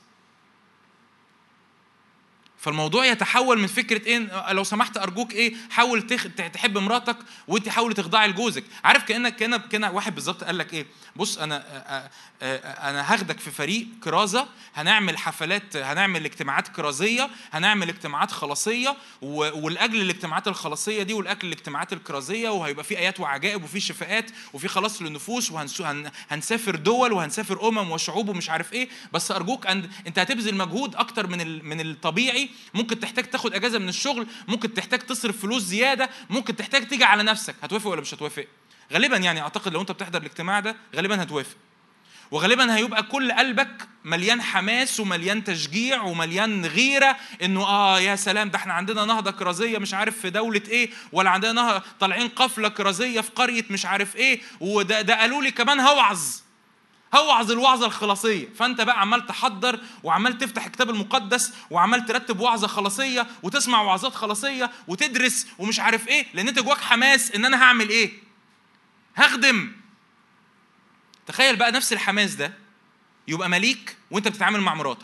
فالموضوع يتحول من فكرة إيه؟ لو سمحت أرجوك إيه؟ حاول تحب مراتك وأنت حاول تخضعي لجوزك. عارف كأن واحد بالظبط قال لك إيه؟ بص أنا هاخدك في فريق كرازة، هنعمل حفلات، هنعمل اجتماعات كرازية، هنعمل اجتماعات خلاصية، والأجل الاجتماعات الخلاصية دي والأجل الاجتماعات الكرازية، وهيبقى في آيات وعجائب وفي شفاءات وفي خلاص للنفوس، وهنسافر دول وهنسافر وشعوب ومش عارف إيه. بس أرجوك أنت هتبذل مجهود أكتر من الطبيعي. ممكن تحتاج تاخد اجازه من الشغل، ممكن تحتاج تصرف فلوس زياده، ممكن تحتاج تيجي على نفسك. هتوافق ولا مش هتوافق؟ غالبا يعني اعتقد لو انت بتحضر الاجتماع ده غالبا هتوافق، وغالبا هيبقى كل قلبك مليان حماس ومليان تشجيع ومليان غيره انه يا سلام، ده احنا عندنا نهضه كرازيه مش عارف في دوله ايه، ولا عندنا طالعين قفله كرازيه في قريه مش عارف ايه، وده قالوا لي كمان هوعظ الوعظة الخلاصية. فأنت بقى عمال تحضر وعمال تفتح الكتاب المقدس وعمال ترتب وعظة خلاصية وتسمع وعظات خلاصية وتدرس ومش عارف إيه، لأن أنت جواك حماس إن أنا هعمل إيه؟ هخدم. تخيل بقى نفس الحماس ده يبقى مليك وأنت بتتعامل مع مراتك،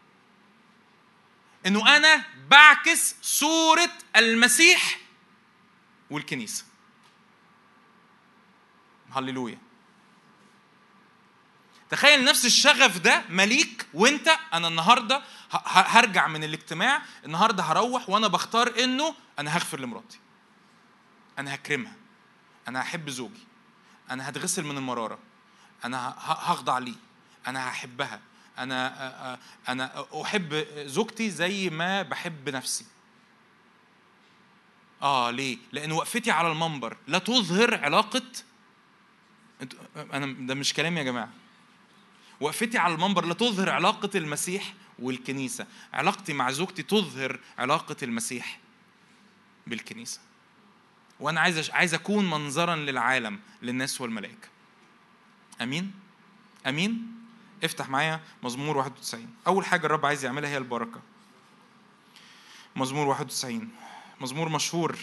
إنه أنا بعكس صورة المسيح والكنيسة. هاليلويا. تخيل نفس الشغف ده مليك، وانت انا النهارده هرجع من الاجتماع، النهارده هروح وانا بختار انه انا هغفر لمراتي، انا هكرمها، انا هحب زوجي، انا هتغسل من المراره، انا هخضع ليه، انا هحبها، انا احب زوجتي زي ما بحب نفسي. ليه؟ لان وقفتي على المنبر لا تظهر علاقه، انا ده مش كلام يا جماعه، وقفتي على المنبر لا تظهر علاقه المسيح والكنيسه، علاقتي مع زوجتي تظهر علاقه المسيح بالكنيسه. وانا عايز اكون منظرا للعالم، للناس والملائكه. امين امين. افتح معايا مزمور 91. اول حاجه الرب عايز يعملها هي البركه. مزمور 91 مزمور مشهور.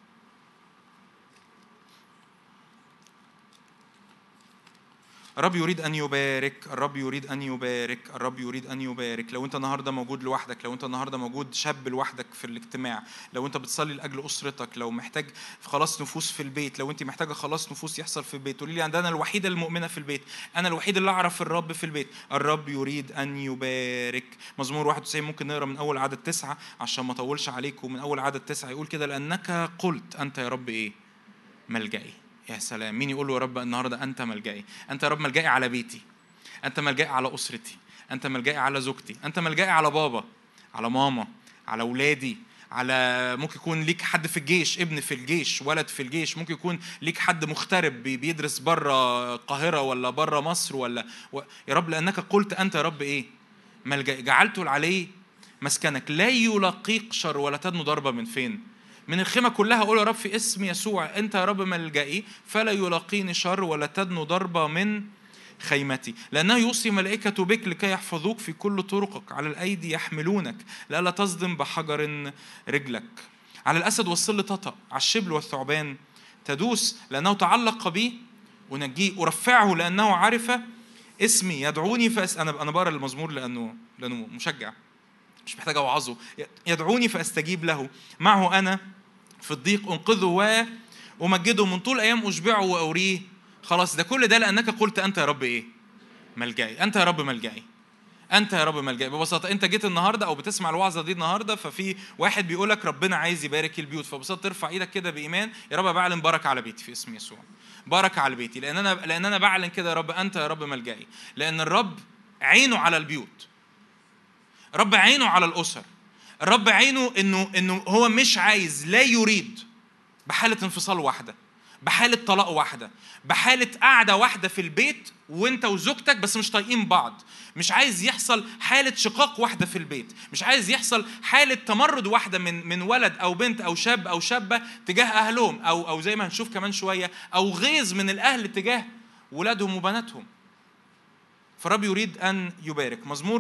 الرب يريد أن يبارك، الرب يريد أن يبارك، الرب يريد أن يبارك. لو أنت النهاردة موجود لوحدك، لو أنت النهاردة موجود شاب لوحدك في الاجتماع، لو أنت بتصلي لأجل أسرتك، لو محتاج خلاص نفوس في البيت، لو أنت محتاجة خلاص نفوس يحصل في البيت، تقولي لي أنا الوحيدة المؤمنة في البيت، أنا الوحيد اللي أعرف الرب في البيت. الرب يريد أن يبارك. مزمور 91 ممكن نقرأ من أول عدد 9 عشان ما أطولش عليكم. من أول عدد 9 يقول كده: لأنك قلت أنت يا رب إيه؟ ملجئي. يا سلام، مين يقول له يا رب النهارده أنت ملجئي؟ أنت يا رب ملجئي على بيتي، أنت ملجئي على أسرتي، أنت ملجئي على زوجتي، أنت ملجئي على بابا، على ماما، على أولادي، على ممكن يكون ليك حد في الجيش، ابن في الجيش، ولد في الجيش، ممكن يكون ليك حد مغترب بيدرس بره القاهرة ولا بره مصر يا رب لأنك قلت أنت يا رب إيه؟ ملجئي، جعلت عليه مسكنك، لا يلاقيك شر ولا تدنو ضربة من فين؟ من الخيمة كلها. أقول يا رب في اسم يسوع أنت يا رب ملجئي، فلا يلاقيني شر ولا تدنو ضربة من خيمتي، لأنه يوصي ملائكة بك لكي يحفظوك في كل طرقك، على الأيدي يحملونك لئلا تصدم بحجر رجلك. على الأسد والصل تطأ، على الشبل والثعبان تدوس، لأنه تعلق بي ونجيه، أرفعه لأنه عرف اسمي، يدعوني أنا بقرأ المزمور لأنه مشجع، مش محتاج أوعظه. يدعوني فأستجيب له، معه أنا في الضيق أنقذه وأمجده، من طول أيام أشبعه وأوريه. خلاص، ده كل ده لأنك قلت أنت يا رب إيه؟ ملجئي. أنت يا رب ملجئي، أنت يا رب ملجئي. ببساطة أنت جيت النهاردة أو بتسمع الوعظة دي النهاردة، ففي واحد بيقولك ربنا عايز يبارك البيوت، فببساطة ترفع إيدك كده بإيمان: يا رب بعلن بركة على بيتي في اسم يسوع، بركة على بيتي، لأن أنا بعلن كده يا رب أنت يا رب ملجئي. لأن الرب عينه على البيوت، رب عينه على الأسر، الرب عينه إنه هو مش عايز، لا يريد بحالة انفصال واحدة، بحالة طلاق واحدة، بحالة قعدة واحدة في البيت وانت وزوجتك بس مش طايقين بعض، مش عايز يحصل حالة شقاق واحدة في البيت، مش عايز يحصل حالة تمرد واحدة من ولد أو بنت أو شاب أو شابة تجاه أهلهم، أو زي ما هنشوف كمان شوية، أو غيظ من الأهل تجاه ولادهم وبناتهم. فالرب يريد أن يبارك. مزمور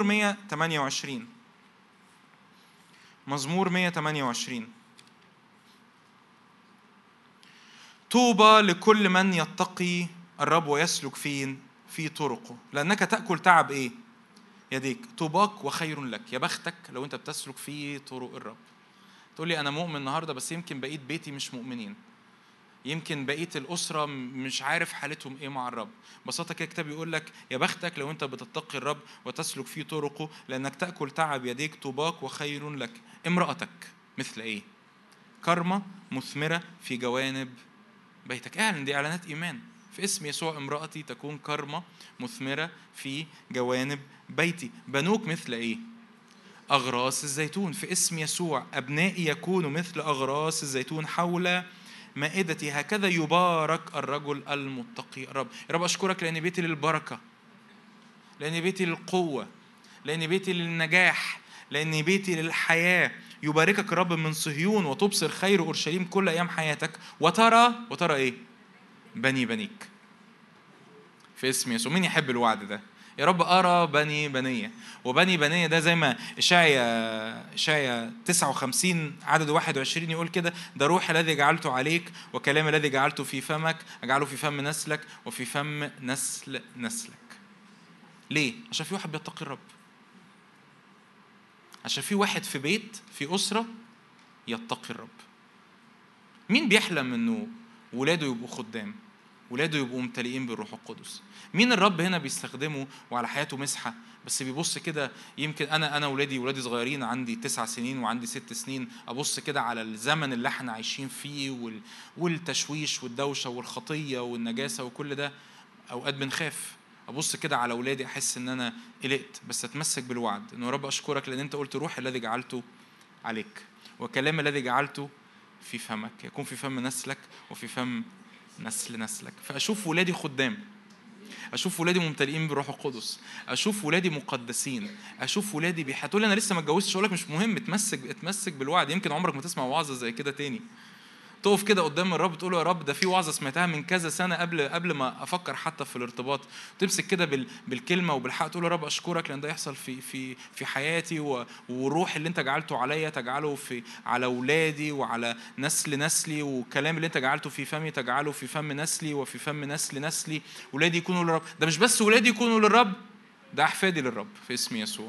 128 مزمور 128. طوبى لكل من يتقي الرب ويسلك في طرقه، لأنك تأكل تعب إيه؟ يديك. طوباك وخير لك، يا بختك لو أنت بتسلك في طرق الرب. تقول لي أنا مؤمن النهاردة، بس يمكن بقيت بيتي مش مؤمنين، يمكن بقيت الأسرة مش عارف حالتهم إيه مع الرب. ببساطة كده الكتاب يقول لك يا بختك لو أنت بتتقي الرب وتسلك في طرقه، لأنك تأكل تعب يديك. طوباك وخير لك. امرأتك مثل إيه؟ كرمة مثمرة في جوانب بيتك. اعلن دي اعلانات ايمان في اسم يسوع: امرأتي تكون كرمة مثمرة في جوانب بيتي. بنوك مثل ايه؟ اغراس الزيتون في اسم يسوع. ابنائي يكونوا مثل اغراس الزيتون حول مائدتي، هكذا يبارك الرجل المتقي الرب. يا رب اشكرك لان بيتي للبركة، لان بيتي للقوة، لان بيتي للنجاح، لان بيتي للحياة. يباركك الرب من صهيون وتبصر خير اورشليم كل ايام حياتك، وترى ايه؟ بنيك في اسم يسوع. مين يحب الوعد ده؟ يا رب أرى بنية. وبنية ده زي ما إشعيا 59 عدد 21 يقول كده: ده روح الذي جعلته عليك وكلام الذي جعلته في فمك أجعله في فم نسلك وفي فم نسل نسلك. ليه؟ عشان في واحد بيتقي الرب، عشان في واحد في بيت، في أسرة يتقي الرب. مين بيحلم إنه ولاده يبقوا خدام؟ ولاده يبقوا ممتلئين بالروح القدس. مين الرب هنا بيستخدمه وعلى حياته مسحة، بس بيبص كده. يمكن أنا ولادي صغيرين، عندي 9 سنين وعندي 6 سنين، أبص كده على الزمن اللي احنا عايشين فيه والتشويش والدوشة والخطية والنجاسة وكل ده، أوقات بنخاف. أبص كده على ولادي أحس إن أنا قلقت، بس أتمسك بالوعد إنه رب أشكرك لأن أنت قلت روح الذي جعلته عليك وكلام الذي جعلته في فمك يكون في فم نسلك وفي فم نسلك. فأشوف ولادي خدام، أشوف ولادي ممتلئين بالروح القدس، أشوف ولادي مقدسين، أشوف ولادي هتقول أنا لسه ما اتجوزتش، أقول لك مش مهم، اتمسك بالوعد. يمكن عمرك ما تسمع وعظة زي كده تاني. تقف كده قدام الرب تقول له يا رب ده في وعظة سمعتها من كذا سنة قبل ما أفكر حتى في الارتباط، تمسك كده بالكلمة وبالحق تقول له يا رب أشكرك لأن ده يحصل في حياتي، والروح اللي أنت جعلته عليا تجعله على أولادي وعلى نسلي، والكلام اللي أنت جعلته في فمي تجعله في فم نسلي وفي فم نسلي. ولادي يكونوا للرب. ده مش بس ولادي يكونوا للرب، ده أحفادي للرب في اسم يسوع.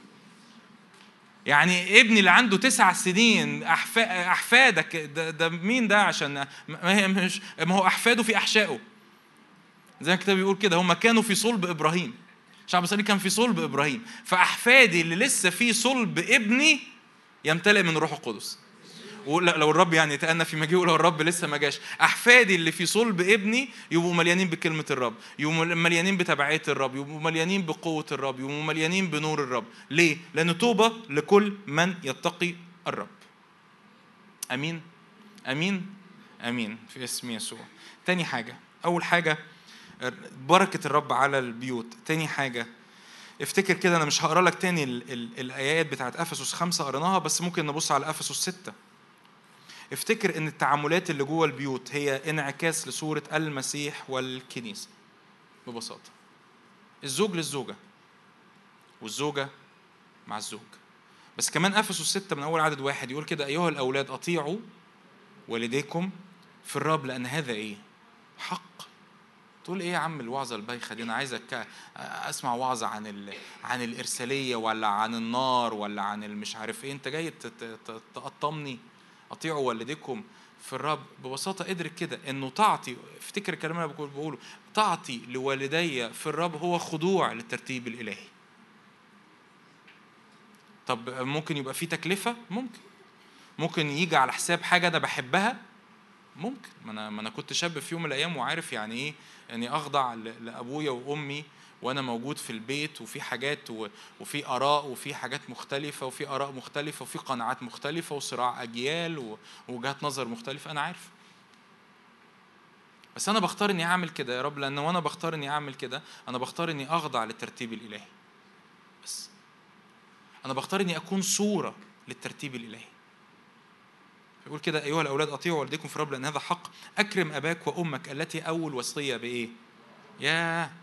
يعني ابني اللي عنده 9 سنين أحفادك ده مين ده؟ عشان ما هو أحفاده في أحشائه، زي ما الكتاب بيقول كده هم كانوا في صلب إبراهيم. شعب إسرائيل كان في صلب إبراهيم، فأحفادي اللي لسه في صلب ابني يمتلئ من روح القدس. ولو الرب يعني يتأنى في مجيئه، لو الرب لسه ما جاش، أحفادي اللي في صلب ابني يبقوا مليانين بكلمة الرب، يبقوا مليانين بتبعية الرب، يبقوا مليانين بقوة الرب، يبقوا مليانين بنور الرب. ليه؟ لأن طوبى لكل من يتقي الرب. أمين أمين أمين في اسم يسوع. تاني حاجة، أول حاجة بركة الرب على البيوت. تاني حاجة افتكر كده، أنا مش هقرأ لك تاني الآيات بتاعت أفسس 5 قرناها، بس ممكن نبص على أفسس 6. افتكر ان التعاملات اللي جوه البيوت هي انعكاس لصورة المسيح والكنيسة ببساطة. الزوج للزوجة والزوجة مع الزوج. بس كمان أفسس 6 من أول عدد 1 يقول كده: أيها الأولاد أطيعوا والديكم في الرب لأن هذا إيه؟ حق. تقول إيه يا عم الوعظة البايخة دي؟ أنا عايزك أسمع وعظة عن الإرسالية ولا عن النار ولا عن المش عارف إيه، أنت جاي تقطمني. أطيعوا والديكم في الرب. ببساطة ادرك كده إنه طاعتي، افتكر الكلام اللي أنا بقوله، طاعتي لوالدي في الرب هو خضوع للترتيب الإلهي. طب ممكن يبقى في تكلفة، ممكن يجي على حساب حاجة أنا بحبها، ممكن. ما أنا كنت شاب في يوم من الأيام وعارف يعني إيه يعني أخضع لأبويا وأمي وأنا موجود في البيت، وفي حاجات وفي آراء وفي حاجات مختلفة وفي آراء مختلفة وفي قناعات مختلفة وصراع أجيال ووجهات نظر مختلفة. أنا عارف، بس أنا بختار إني أعمل كده يا رب، لأن وأنا بختار إني أعمل كده أنا بختار إني أخضع للترتيب الإلهي. بس أنا بختار إني أكون صورة للترتيب الإلهي. يقول كده: أيها الأولاد أطيعوا والديكم في الرب لأن هذا حق. أكرم أباك وأمك التي أول وصية بإيه؟ يا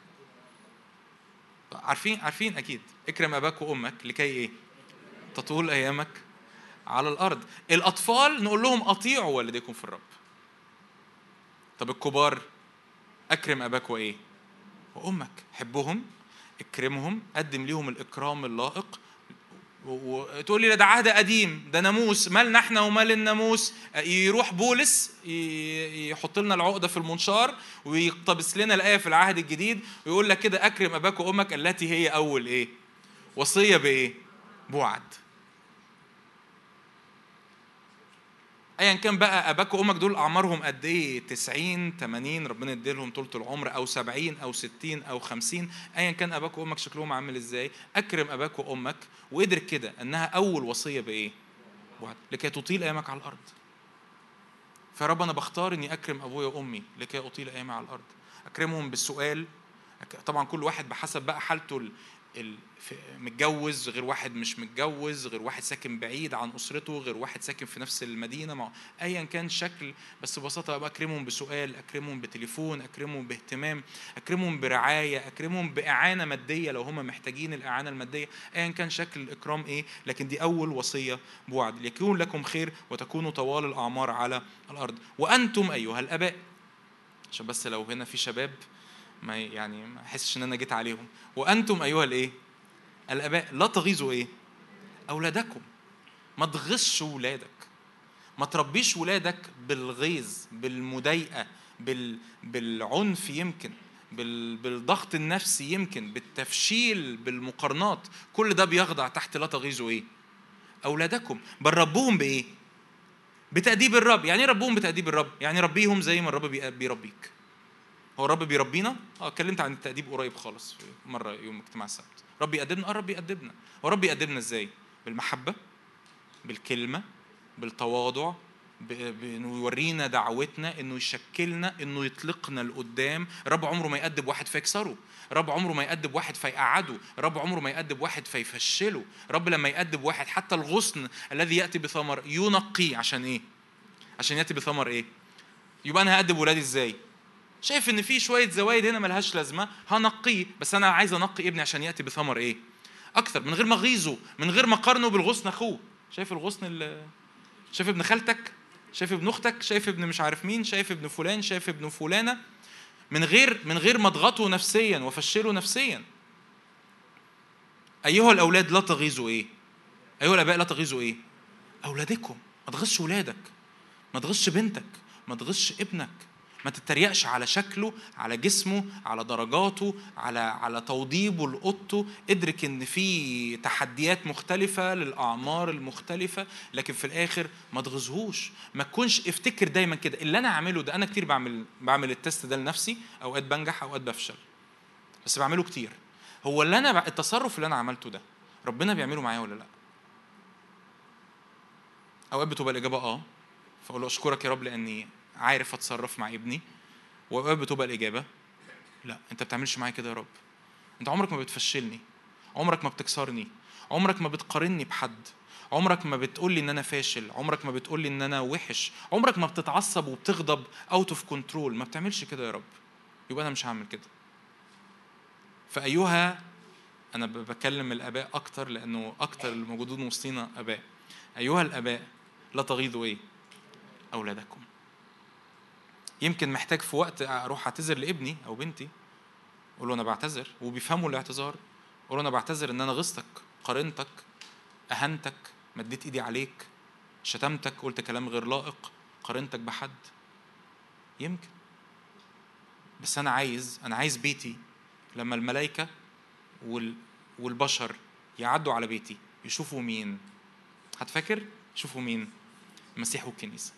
عارفين أكيد. اكرم أباك وأمك لكي إيه؟ تطول أيامك على الأرض. الأطفال نقول لهم أطيعوا والديكم في الرب. طب الكبار أكرم أباك وإيه؟ وأمك. حبهم، اكرمهم، قدم ليهم الإكرام اللائق. وتقول لي ده عهد قديم، ده ناموس، مالنا احنا ومال الناموس؟ يروح بولس يحط لنا العقدة في المنشار ويقتبس لنا الآية في العهد الجديد ويقول لك كده: أكرم أباك وأمك التي هي أول إيه؟ وصية بإيه؟ بوعد. ايا كان بقى اباك وامك دول اعمارهم قد ايه، 90 80 ربنا يديلهم طولة العمر، او 70 او 60 او 50، ايا كان اباك وامك شكلهم عامل ازاي، اكرم اباك وامك وادرك كده انها اول وصيه بايه؟ وعد، لكي تطيل ايامك على الارض. فرب انا بختار اني اكرم ابويا وامي لكي اطيل ايامي على الارض. اكرمهم بالسؤال. طبعا كل واحد بحسب بقى حالته، متجوز غير واحد مش متجوز، غير واحد ساكن بعيد عن أسرته، غير واحد ساكن في نفس المدينة، أيا كان شكل. بس ببساطة أبقى أكرمهم بسؤال، أكرمهم بتليفون، أكرمهم باهتمام، أكرمهم برعاية، أكرمهم بإعانة مادية لو هم محتاجين الإعانة المادية، أيا كان شكل الإكرام إيه. لكن دي أول وصية بوعد: ليكون لكم خير وتكونوا طوال الأعمار على الأرض وأنتم أيها الآباء. عشان بس لو هنا في شباب ما احسش ان انا جيت عليهم. وانتم ايها الايه؟ الاباء لا تغيظوا ايه؟ اولادكم. ما تغيظش ولادك، ما تربيش ولادك بالغيظ، بالمضايقه، بالعنف، يمكن بالضغط النفسي، يمكن بالتفشيل، بالمقارنات، كل ده بيخضع تحت لا تغيظوا ايه؟ اولادكم، بل ربوهم بايه؟ بتأديب الرب. يعني ايه ربوهم بتأديب الرب؟ يعني ربيهم زي ما الرب بيربيك. هو الرب بيربينا. اتكلمت عن التأديب قريب خالص مره يوم اجتماع السبت. رب يقدمنا، رب يقدمنا. هو رب يقدمنا ازاي؟ بالمحبه، بالكلمه، بالتواضع، انه يورينا دعوتنا، انه يشكلنا، انه يطلقنا لقدام. رب عمره ما يأدب واحد فيكسره. رب عمره ما يأدب واحد فيقعده. رب عمره ما يأدب واحد فيفشله. رب لما يأدب واحد، حتى الغصن الذي يأتي بثمر ينقيه. عشان ايه؟ عشان يأتي بثمر ايه؟ يبقى انا هأدب ولادي ازاي؟ شايف ان في شويه زوايد هنا ملهاش لازمه، هنقيه، بس انا عايز انقي ابني عشان ياتي بثمر ايه؟ اكثر، من غير ما اغيظه، من غير ما اقارنه بالغصن اخوه. شايف الغصن شايف ابن خالتك، شايف ابن اختك، شايف ابن مش عارف مين، شايف ابن فلان، شايف ابن فلانه، من غير ما اضغطه نفسيا وافشله نفسيا. ايها الاولاد لا تغيظوا ايه؟ ايها الاباء لا تغيظوا ايه؟ اولادكم. ما تغيظش ولادك، ما تغيظش بنتك، ما تغيظش ابنك. ما تتريقش على شكله، على جسمه، على درجاته، على توضيبه لأوضته. ادرك ان في تحديات مختلفة للأعمار المختلفة، لكن في الآخر ما تغزهوش. ما تكونش افتكر دايما كده اللي انا اعمله ده. انا كتير بعمل التست ده لنفسي، اوقات بنجح اوقات بفشل، بس بعمله كتير. هو اللي انا التصرف اللي انا عملته ده ربنا بيعمله معايا ولا لا؟ اوقات بتبقى الإجابة فأقول له أشكرك يا رب لأني عارف أتصرف مع ابني. وأوقات بتبقى الإجابة لا، أنت بتعملش معايا كده يا رب. أنت عمرك ما بتفشلني، عمرك ما بتكسرني، عمرك ما بتقارني بحد، عمرك ما بتقولي إن أنا فاشل، عمرك ما بتقولي إن أنا وحش، عمرك ما بتتعصب وبتغضب out of control. ما بتعملش كده يا رب، يبقى أنا مش هعمل كده. فأيها، أنا بكلم الآباء أكتر لأنه أكتر الموجودون وسطينا آباء. أيها الآباء لا تغيظوا إيه؟ أولادكم. يمكن محتاج في وقت اروح اعتذر لابني او بنتي، اقول له انا بعتذر، وبيفهموا الاعتذار. اقول له انا بعتذر ان انا غصتك، قارنتك، اهنتك، مديت ايدي عليك، شتمتك، قلت كلام غير لائق، قارنتك بحد. يمكن، بس انا عايز بيتي لما الملائكه والبشر يعدوا على بيتي يشوفوا مين؟ هتفكر يشوفوا مين؟ المسيح والكنيسه.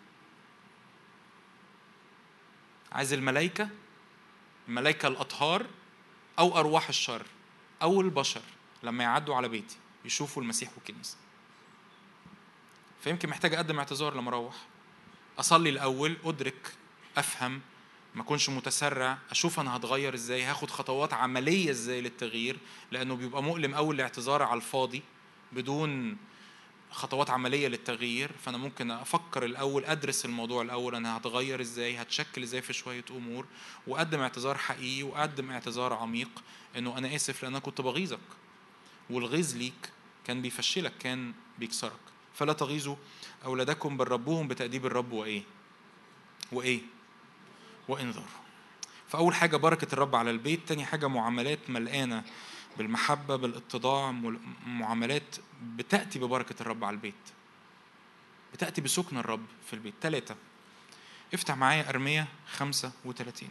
عايز الملائكه الأطهار أو أرواح الشر أو البشر لما يعدوا على بيتي يشوفوا المسيح والكنيسة. فيمكن محتاج أقدم اعتذار لما أروح، أصلي الأول، أدرك، أفهم، ما أكونش متسرع، أشوف أنا هتغير إزاي، هاخد خطوات عملية إزاي للتغيير، لأنه بيبقى مؤلم أول الاعتذار على الفاضي بدون خطوات عملية للتغيير. فأنا ممكن أفكر الأول، أدرس الموضوع الأول، أنا هتغير إزاي، هتشكل إزاي في شوية أمور، وأقدم اعتذار حقيقي، وأقدم اعتذار عميق إنه أنا آسف لأن أنا كنت بغيظك، والغيظ ليك كان بيفشلك، كان بيكسرك. فلا تغيظوا أولادكم بل ربوهم بتأديب الرب وإيه؟ وإنذار. فأول حاجة بركة الرب على البيت. تاني حاجة معاملات ملقانة بالمحبة، بالاتضاع، معاملات بتأتي ببركة الرب على البيت، بتأتي بسكن الرب في البيت. 3، افتح معايا أرمية 35.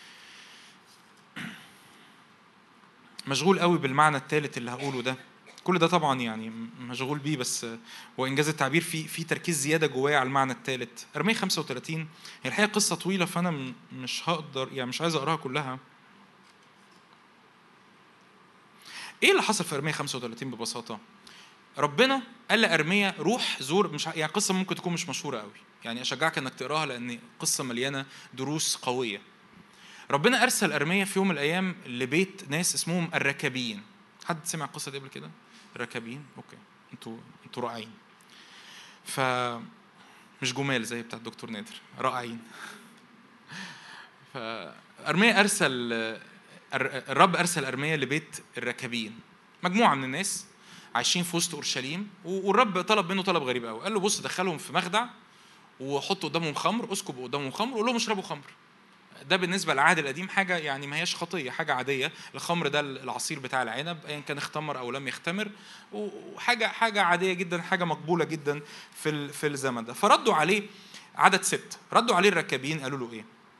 مشغول قوي بالمعنى الثالث اللي هقوله ده. كل ده طبعا يعني مشغول بيه، بس هو إنجاز التعبير في تركيز زيادة جوايا على المعنى الثالث. أرمية 35 هي الحقيقة قصة طويلة، فأنا مش هقدر، يعني مش عايز أقراها كلها. إيه اللي حصل في أرمية 35 ببساطة؟ ربنا قال لأرميا روح زور، مش يعني قصة ممكن تكون مش مشهورة قوي، يعني أشجعك أنك تقراها لأن قصة مليانة دروس قوية. ربنا أرسل أرميا في يوم من الأيام لبيت ناس اسمهم الركابيين. حد سمع القصة دي قبل كده؟ الركابيين، أوكي، أنتوا رائعين. مش جمال زي بتاع الدكتور نادر، رائعين. فأرميا الرب أرسل أرميا لبيت الركابيين، مجموعة من الناس عايشين في وسط أورشليم، والرب طلب منه طلب غريب قوي. قال له بص، دخلهم في مخدع وحط قدامهم خمر، اسكب قدامهم خمر، وقول لهم اشربوا خمر. ده بالنسبة للعهد القديم حاجة يعني ما هياش خطية، حاجة عادية. الخمر ده العصير بتاع العنب، أيا كان اختمر أو لم يختمر، وحاجة عادية جدا، حاجة مقبولة جدا في الزمن ده. فردوا عليه عدد 6، ردوا عليه الركابين قالوا له إيه؟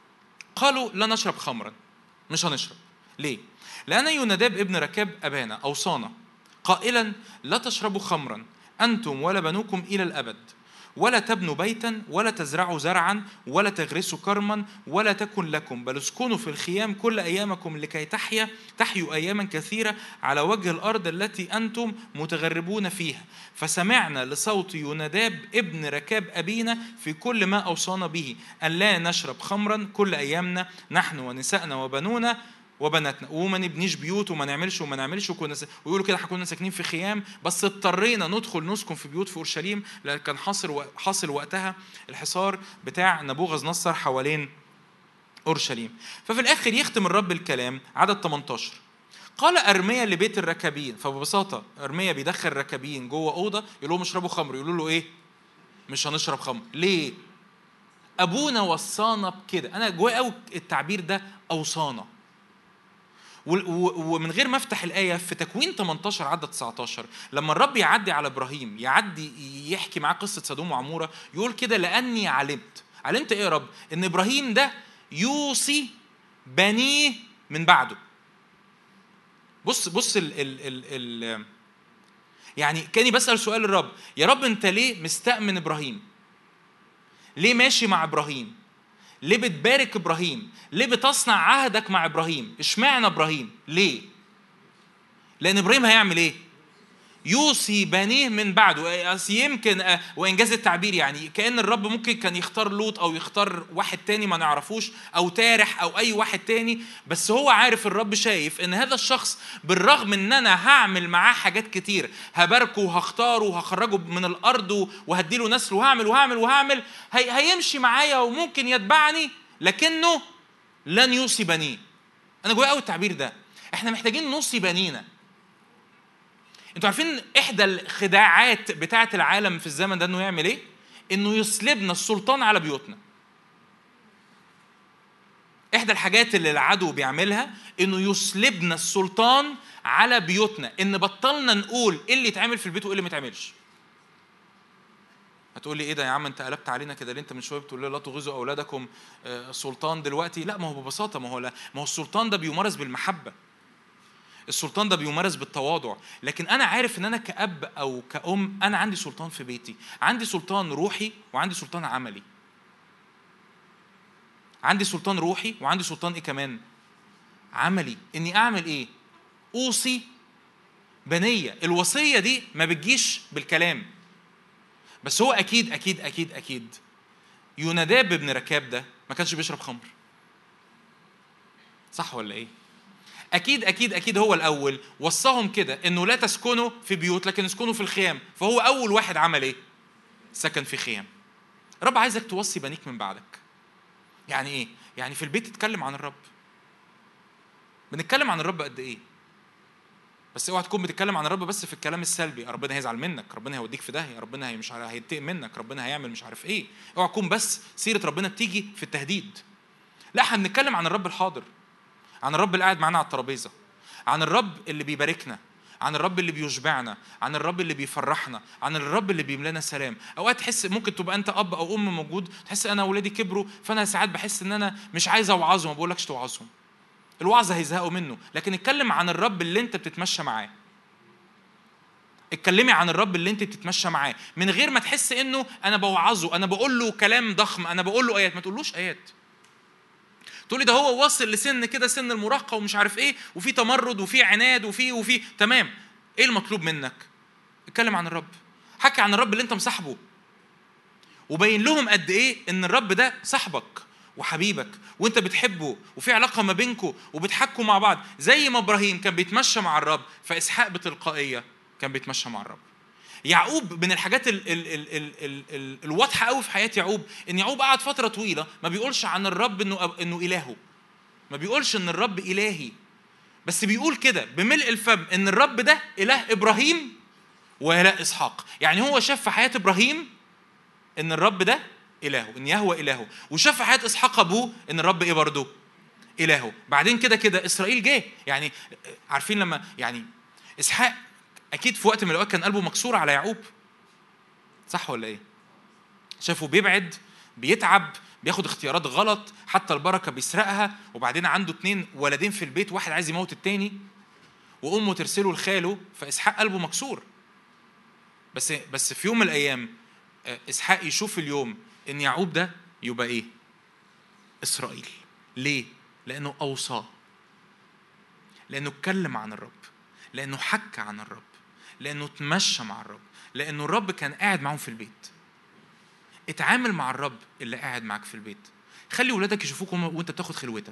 قالوا لا نشرب خمرا، مش هنشرب. ليه؟ لأن يوناداب ابن ركاب أبانا أوصانا قائلا لا تشربوا خمرا أنتم ولا بنوكم إلى الأبد، ولا تبنوا بيتا ولا تزرعوا زرعا ولا تغرسوا كرما ولا تكن لكم، بل اسكنوا في الخيام كل أيامكم لكي تحيوا أياما كثيرة على وجه الأرض التي أنتم متغربون فيها. فسمعنا لصوت يوناداب ابن ركاب أبينا في كل ما أوصانا به أن لا نشرب خمرا كل أيامنا نحن ونسائنا وبنونا وبناتنا، وما نبنيش بيوت وما نعملش ويقولوا كده كنا ساكنين في خيام، بس اضطرينا ندخل نسكن في بيوت في اورشليم لان كان حاصل وقتها الحصار بتاع نبوغذ نصر حوالين اورشليم. ففي الاخر يختم الرب الكلام عدد 18 قال ارميا لبيت الركابين. فببساطه ارميا بيدخل الركابين جوه اوضه يقول لهم اشربوا خمر، يقولوا له ايه؟ مش هنشرب خمر. ليه؟ ابونا وصانا بكده. انا جوايا قوي التعبير ده اوصانا. ومن غير ما افتح الآية في تكوين 18 عدد 19 لما الرب يعدي على إبراهيم يحكي معاه قصة سدوم وعمورة يقول كده لأني علمت إيه يا رب؟ إن إبراهيم ده يوصي بنيه من بعده. بص يعني كاني بسأل سؤال الرب، يا رب أنت ليه مستأمن إبراهيم؟ ليه ماشي مع إبراهيم؟ ليه بتبارك إبراهيم؟ ليه بتصنع عهدك مع إبراهيم؟ اشمعنى إبراهيم؟ ليه؟ لأن إبراهيم هيعمل إيه؟ يوصي بنيه من بعده. يمكن وإنجاز التعبير يعني كأن الرب ممكن كان يختار لوط أو يختار واحد تاني ما نعرفوش أو تارح أو أي واحد تاني، بس هو عارف الرب شايف إن هذا الشخص بالرغم إن أنا هعمل معاه حاجات كتير، هباركه وهختاره وهخرجه من الأرض وهديله نسل وهعمل هيمشي معايا وممكن يتبعني، لكنه لن يوصي بنيه. أنا جوايا قوي التعبير ده. إحنا محتاجين نوصي بنينا. انتوا عارفين احدى الخداعات بتاعه العالم في الزمن ده انه يعمل ايه؟ انه يسلبنا السلطان على بيوتنا. احدى الحاجات اللي العدو بيعملها انه يسلبنا السلطان على بيوتنا، ان بطلنا نقول ايه اللي يتعمل في البيت وايه اللي ما يتعملش. هتقول لي ايه ده يا عم انت قلبت علينا كده ليه؟ انت من شويه بتقول لي لا تغيظوا اولادكم سلطان دلوقتي. لا، ما هو ببساطه ما هو السلطان ده بيمارس بالمحبه. السلطان ده بيمارس بالتواضع. لكن أنا عارف إن أنا كأب أو كأم أنا عندي سلطان في بيتي، عندي سلطان روحي وعندي سلطان عملي. عندي سلطان روحي وعندي سلطان إيه كمان؟ عملي. إني أعمل إيه؟ أوصي بنية. الوصية دي ما بتجيش بالكلام، بس هو أكيد أكيد أكيد أكيد يوناداب ابن ركاب ده ما كانش بيشرب خمر، صح ولا إيه؟ أكيد أكيد أكيد هو الأول وصاهم كده إنه لا تسكنوا في بيوت لكن اسكنوا في الخيام. فهو أول واحد عمل إيه؟ سكن في خيام. رب عايزك توصي بنيك من بعدك. يعني إيه؟ يعني في البيت تتكلم عن الرب. بنتكلم عن الرب قد إيه؟ بس اوعى تكون بتتكلم عن الرب بس في الكلام السلبي، ربنا هيزعل منك، ربنا هيوديك في داهية، ربنا مش هينتقم منك، ربنا هيعمل مش عارف إيه. اوعى تكون بس سيرة ربنا بتيجي في التهديد. لا، احنا بنتكلم عن الرب الحاضر، عن الرب اللي قاعد معنا على الترابيزة، عن الرب اللي بيباركنا، عن الرب اللي بيشبعنا، عن الرب اللي بيفرحنا، عن الرب اللي بيملانا سلام. اوقات تحس ممكن تبقى انت اب او ام موجود تحس انا اولادي كبروا، فانا ساعات بحس ان انا مش عايز اوعظهم. ما بقولكش توعظهم، الوعظ هيزهقوا منه، لكن اتكلم عن الرب اللي انت بتتمشى معاه. اتكلمي عن الرب اللي انت بتتمشى معاه من غير ما تحس انه انا بوعظه، انا بقول له كلام ضخم، انا بقول له ايات. ما تقولوش ايات. تقولي ده هو واصل لسن كده، سن المراهقه ومش عارف ايه، وفي تمرد وفي عناد وفي تمام. ايه المطلوب منك؟ اتكلم عن الرب، حكي عن الرب اللي انت مصاحبه، وبين لهم قد ايه ان الرب ده صاحبك وحبيبك وانت بتحبه وفي علاقه ما بينكم وبتحكوا مع بعض. زي ما ابراهيم كان بيتمشى مع الرب، فاسحاق بتلقائيه كان بيتمشى مع الرب. يعقوب من الحاجات الواضحه قوي في حياه يعقوب ان يعقوب قعد فتره طويله ما بيقولش عن الرب انه الهه، ما بيقولش ان الرب الهي، بس بيقول كده بملء الفم ان الرب ده اله ابراهيم واله اسحاق. يعني هو شاف في حياه ابراهيم ان الرب ده الهه، ان يهوه الهه، وشاف في حياه اسحاق ابوه ان الرب ايه برضه؟ الهه. بعدين كده اسرائيل جه. يعني عارفين لما يعني اسحاق اكيد في وقت من الاوقات كان قلبه مكسور على يعقوب، صح ولا ايه؟ شافه بيبعد، بيتعب، بياخد اختيارات غلط، حتى البركة بيسرقها، وبعدين عنده 2 ولدين في البيت، واحد عايز يموت التاني، وأمه ترسله لخاله، فإسحاق قلبه مكسور. بس في يوم من الأيام إسحاق يشوف اليوم إن يعقوب ده يبقى إيه؟ إسرائيل. ليه؟ لأنه أوصاه، لأنه اتكلم عن الرب، لأنه حكى عن الرب، لأنه تمشى مع الرب، لأنه الرب كان قاعد معهم في البيت. اتعامل مع الرب اللي قاعد معك في البيت. خلي ولادك يشوفوك وانت بتاخد خلوتك.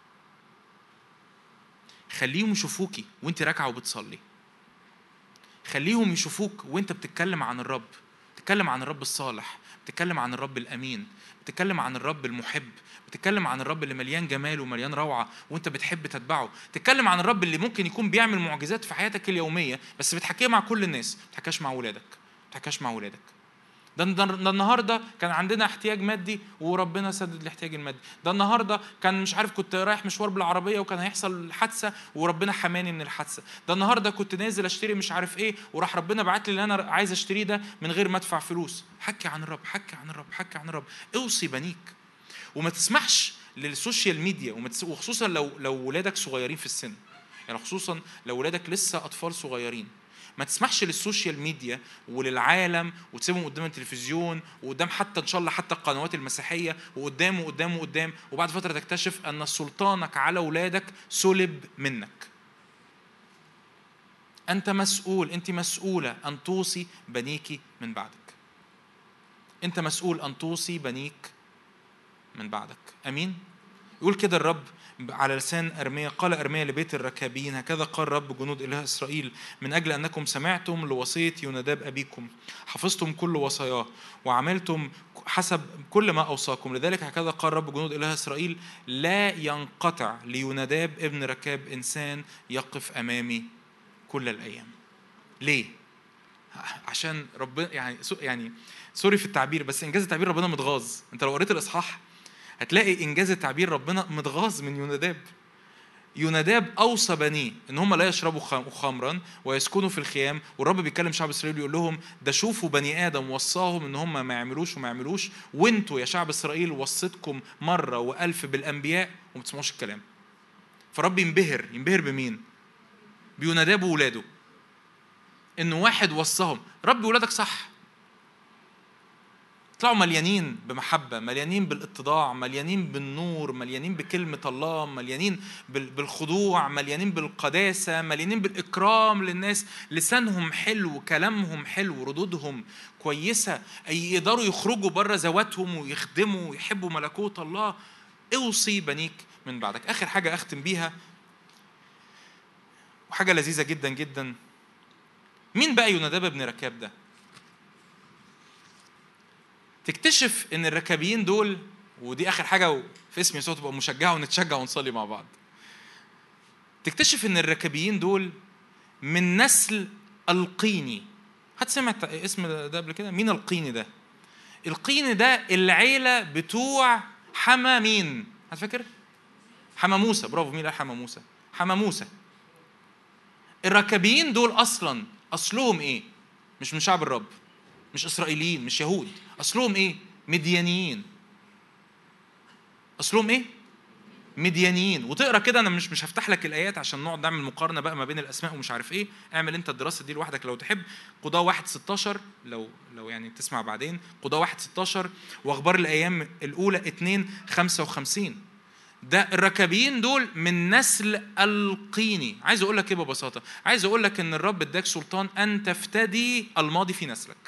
خليهم يشوفوكي وانت راكعه وبتصلي. خليهم يشوفوك وانت بتتكلم عن الرب، بتتكلم عن الرب الصالح، بتتكلم عن الرب الأمين، بتتكلم عن الرب المحب، بتتكلم عن الرب اللي مليان جمال ومليان روعة وانت بتحب تتبعه. تتكلم عن الرب اللي ممكن يكون بيعمل معجزات في حياتك اليومية، بس بتحكيها مع كل الناس، بتحكيهاش مع ولادك، بتحكيهاش مع ولادك. ده النهارده كان عندنا احتياج مادي وربنا سدد الاحتياج المادي. ده النهارده كان مش عارف، كنت رايح مشوار بالعربيه وكان هيحصل حادثه وربنا حماني من الحادثه. ده النهارده كنت نازل اشتري مش عارف ايه وراح ربنا بعت لي اللي انا عايز اشتريه ده من غير ما ادفع فلوس. حكي عن الرب، حكي عن الرب، حكي عن الرب. اوصي بنيك، وما تسمحش للسوشيال ميديا، وخصوصا لو ولادك صغيرين في السن، يعني خصوصا لو ولادك لسه اطفال صغيرين، ما تسمحش للسوشيال ميديا وللعالم وتسيبهم قدام التلفزيون وقدام حتى ان شاء الله حتى القنوات المسيحيه وقدام وقدام وقدام، وبعد فتره تكتشف ان سلطانك على اولادك سلب منك. انت مسؤول، انت مسؤوله ان توصي بنيكي من بعدك. انت مسؤول ان توصي بنيك من بعدك. امين. يقول كده الرب على لسان أرميا، قال أرميا لبيت الركابين: هكذا قال رب جنود إله إسرائيل، من أجل أنكم سمعتم لوصية يوناداب أبيكم، حفظتم كل وصاياه وعملتم حسب كل ما أوصاكم، لذلك هكذا قال رب جنود إله إسرائيل: لا ينقطع ليوناداب ابن ركاب إنسان يقف أمامي كل الأيام. ليه؟ عشان ربنا يعني سوري في التعبير، بس إنجاز التعبير ربنا متغاظ. أنت لو قريت الإصحاح هتلاقي إنجاز التعبير ربنا متغاظ من يوناداب. يوناداب أوصى بنيه إن هم لا يشربوا خمرا ويسكنوا في الخيام، والرب بيتكلم شعب إسرائيل يقول لهم: ده شوفوا بني آدم وصاهم إن هم ما يعملوش، وانتوا يا شعب إسرائيل وصيتكم مرة وألف بالأنبياء وما تسمعوش الكلام. فرب ينبهر بمين؟ بيوناداب وولاده، إنه واحد وصاهم. رب ولادك صح، طلعوا مليانين بمحبة، مليانين بالاتضاع، مليانين بالنور، مليانين بكلمة الله، مليانين بالخضوع، مليانين بالقداسة، مليانين بالإكرام للناس، لسانهم حلو، كلامهم حلو، ردودهم كويسة، يقدروا يخرجوا بره ذواتهم ويخدموا ويحبوا ملكوت الله. اوصي بنيك من بعدك. آخر حاجة أختم بيها، وحاجة لذيذة جدا جدا. مين بقى يوناداب ابن ركاب ده؟ تكتشف ان الركابيين دول، ودي اخر حاجه في اسم يسوع تبقى مشجعه ونتشجع ونصلي مع بعض. تكتشف ان الركابيين دول من نسل القيني. سمعت اسم ده قبل كده؟ مين القيني ده؟ القيني ده العيله بتوع حما مين؟ هتفكر؟ حما موسى. برافو. مين قال حما موسى؟ حما موسى. الركابيين دول اصلهم ايه؟ مش من شعب الرب، مش اسرائيليين، مش يهود. اصلهم ايه؟ مديانيين. اصلهم ايه؟ مديانيين. وتقرا كده، انا مش هفتح لك الايات عشان نقعد نعمل مقارنه بقى ما بين الاسماء ومش عارف ايه. اعمل انت الدراسه دي لوحدك لو تحب. قضاة 1:16 لو يعني تسمع بعدين. قضاة 1:16 واخبار الايام الاولى 2:55. ده الركابيين دول من نسل القيني. عايز اقول لك ايه ببساطه؟ عايز اقول لك ان الرب اداك سلطان ان تفتدي الماضي في نسلك.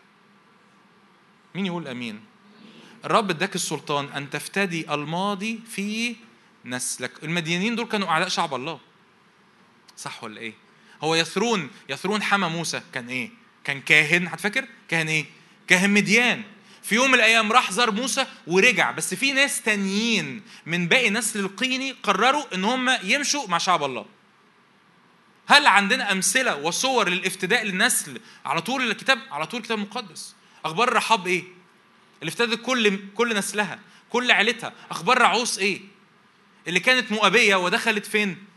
مين يقول امين؟ الرب اداك السلطان ان تفتدي الماضي في نسلك. المديانين دول كانوا اعداء شعب الله، صح ولا ايه؟ هو يثرون حما موسى كان ايه؟ كان كاهن. هتفكر كاهن ايه؟ كاهن مديان. في يوم من الايام راح زار موسى ورجع، بس في ناس تانيين من باقي نسل القيني قرروا ان هم يمشوا مع شعب الله. هل عندنا امثله وصور للافتداء للنسل على طول الكتاب؟ على طول الكتاب المقدس. اخبار رحاب ايه؟ اللي افتدت كل نسلها، كل عيلتها. اخبار رعوس ايه؟ اللي كانت مؤابيه ودخلت فين؟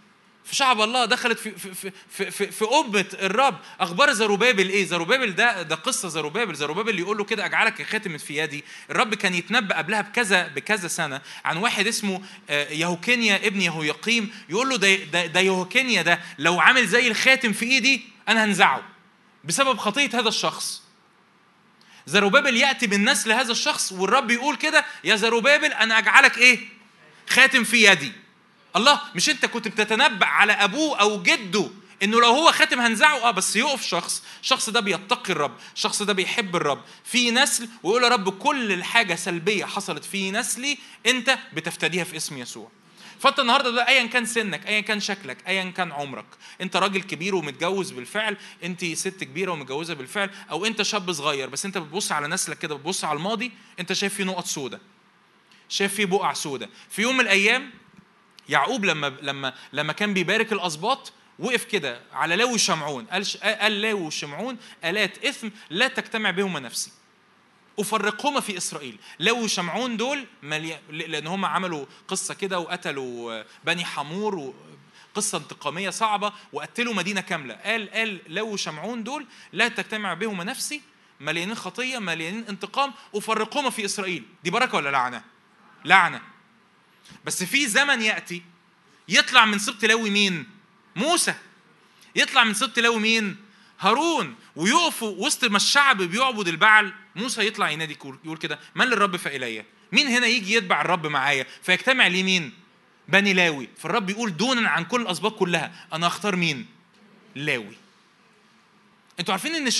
في شعب الله، دخلت في أمة الرب. أخبار زروبابل إيه؟ زروبابل ده قصة زروبابل اللي يقول له كده أجعلك خاتم في يدي. الرب كان يتنبأ قبلها بكذا سنة عن واحد اسمه يهوكنيا ابن يهويقيم، يقول له ده يهوكنيا ده لو عامل زي الخاتم في إيدي أنا هنزعه بسبب خطية هذا الشخص. زروبابل يأتي من نسل هذا الشخص، والرب يقول كده يا زروبابل أنا أجعلك إيه؟ خاتم في يدي. الله، مش انت كنت بتتنبأ على ابوه او جده انه لو هو خاتم هنزعه؟ بس يقف الشخص ده بيتقي الرب، الشخص ده بيحب الرب في نسل، ويقول يا رب كل الحاجة سلبية حصلت في نسلي انت بتفتديها في اسم يسوع. فانت النهارده ده ايا كان سنك، ايا كان شكلك، ايا كان عمرك، انت راجل كبير ومتجوز بالفعل، انت ست كبيره ومتجوزه بالفعل، او انت شاب صغير بس انت بتبص على نسلك كده، بتبص على الماضي، انت شايف فيه نقط سودة، شايف فيه بقع سودة. في يوم من الايام يعقوب لما كان بيبارك الأسباط وقف كده على لاوي وشمعون، قال لاوي وشمعون آلات إثم لا تجتمع بهما نفسي أفرقهما في إسرائيل. لاوي وشمعون دول لأن هم عملوا قصة كده وقتلوا بني حمور، قصة انتقامية صعبة، وقتلوا مدينة كاملة. قال لاوي وشمعون دول لا تجتمع بهما نفسي، مليانين خطية مليانين انتقام، أفرقهما في إسرائيل. دي بركة ولا لعنة؟ لعنة. بس في زمن يأتي يطلع من سبط لاوي مين؟ موسى. يطلع من سبط لاوي مين؟ هارون. ويقفوا وسط ما الشعب بيعبد البعل، موسى يطلع ينادي يقول كده من للرب فإلي؟ مين هنا يجي يتبع الرب معايا؟ فيجتمع ليه مين؟ بني لاوي. فالرب يقول دونا عن كل الأسباط كلها أنا أختار مين؟ لاوي. انتوا عارفين ان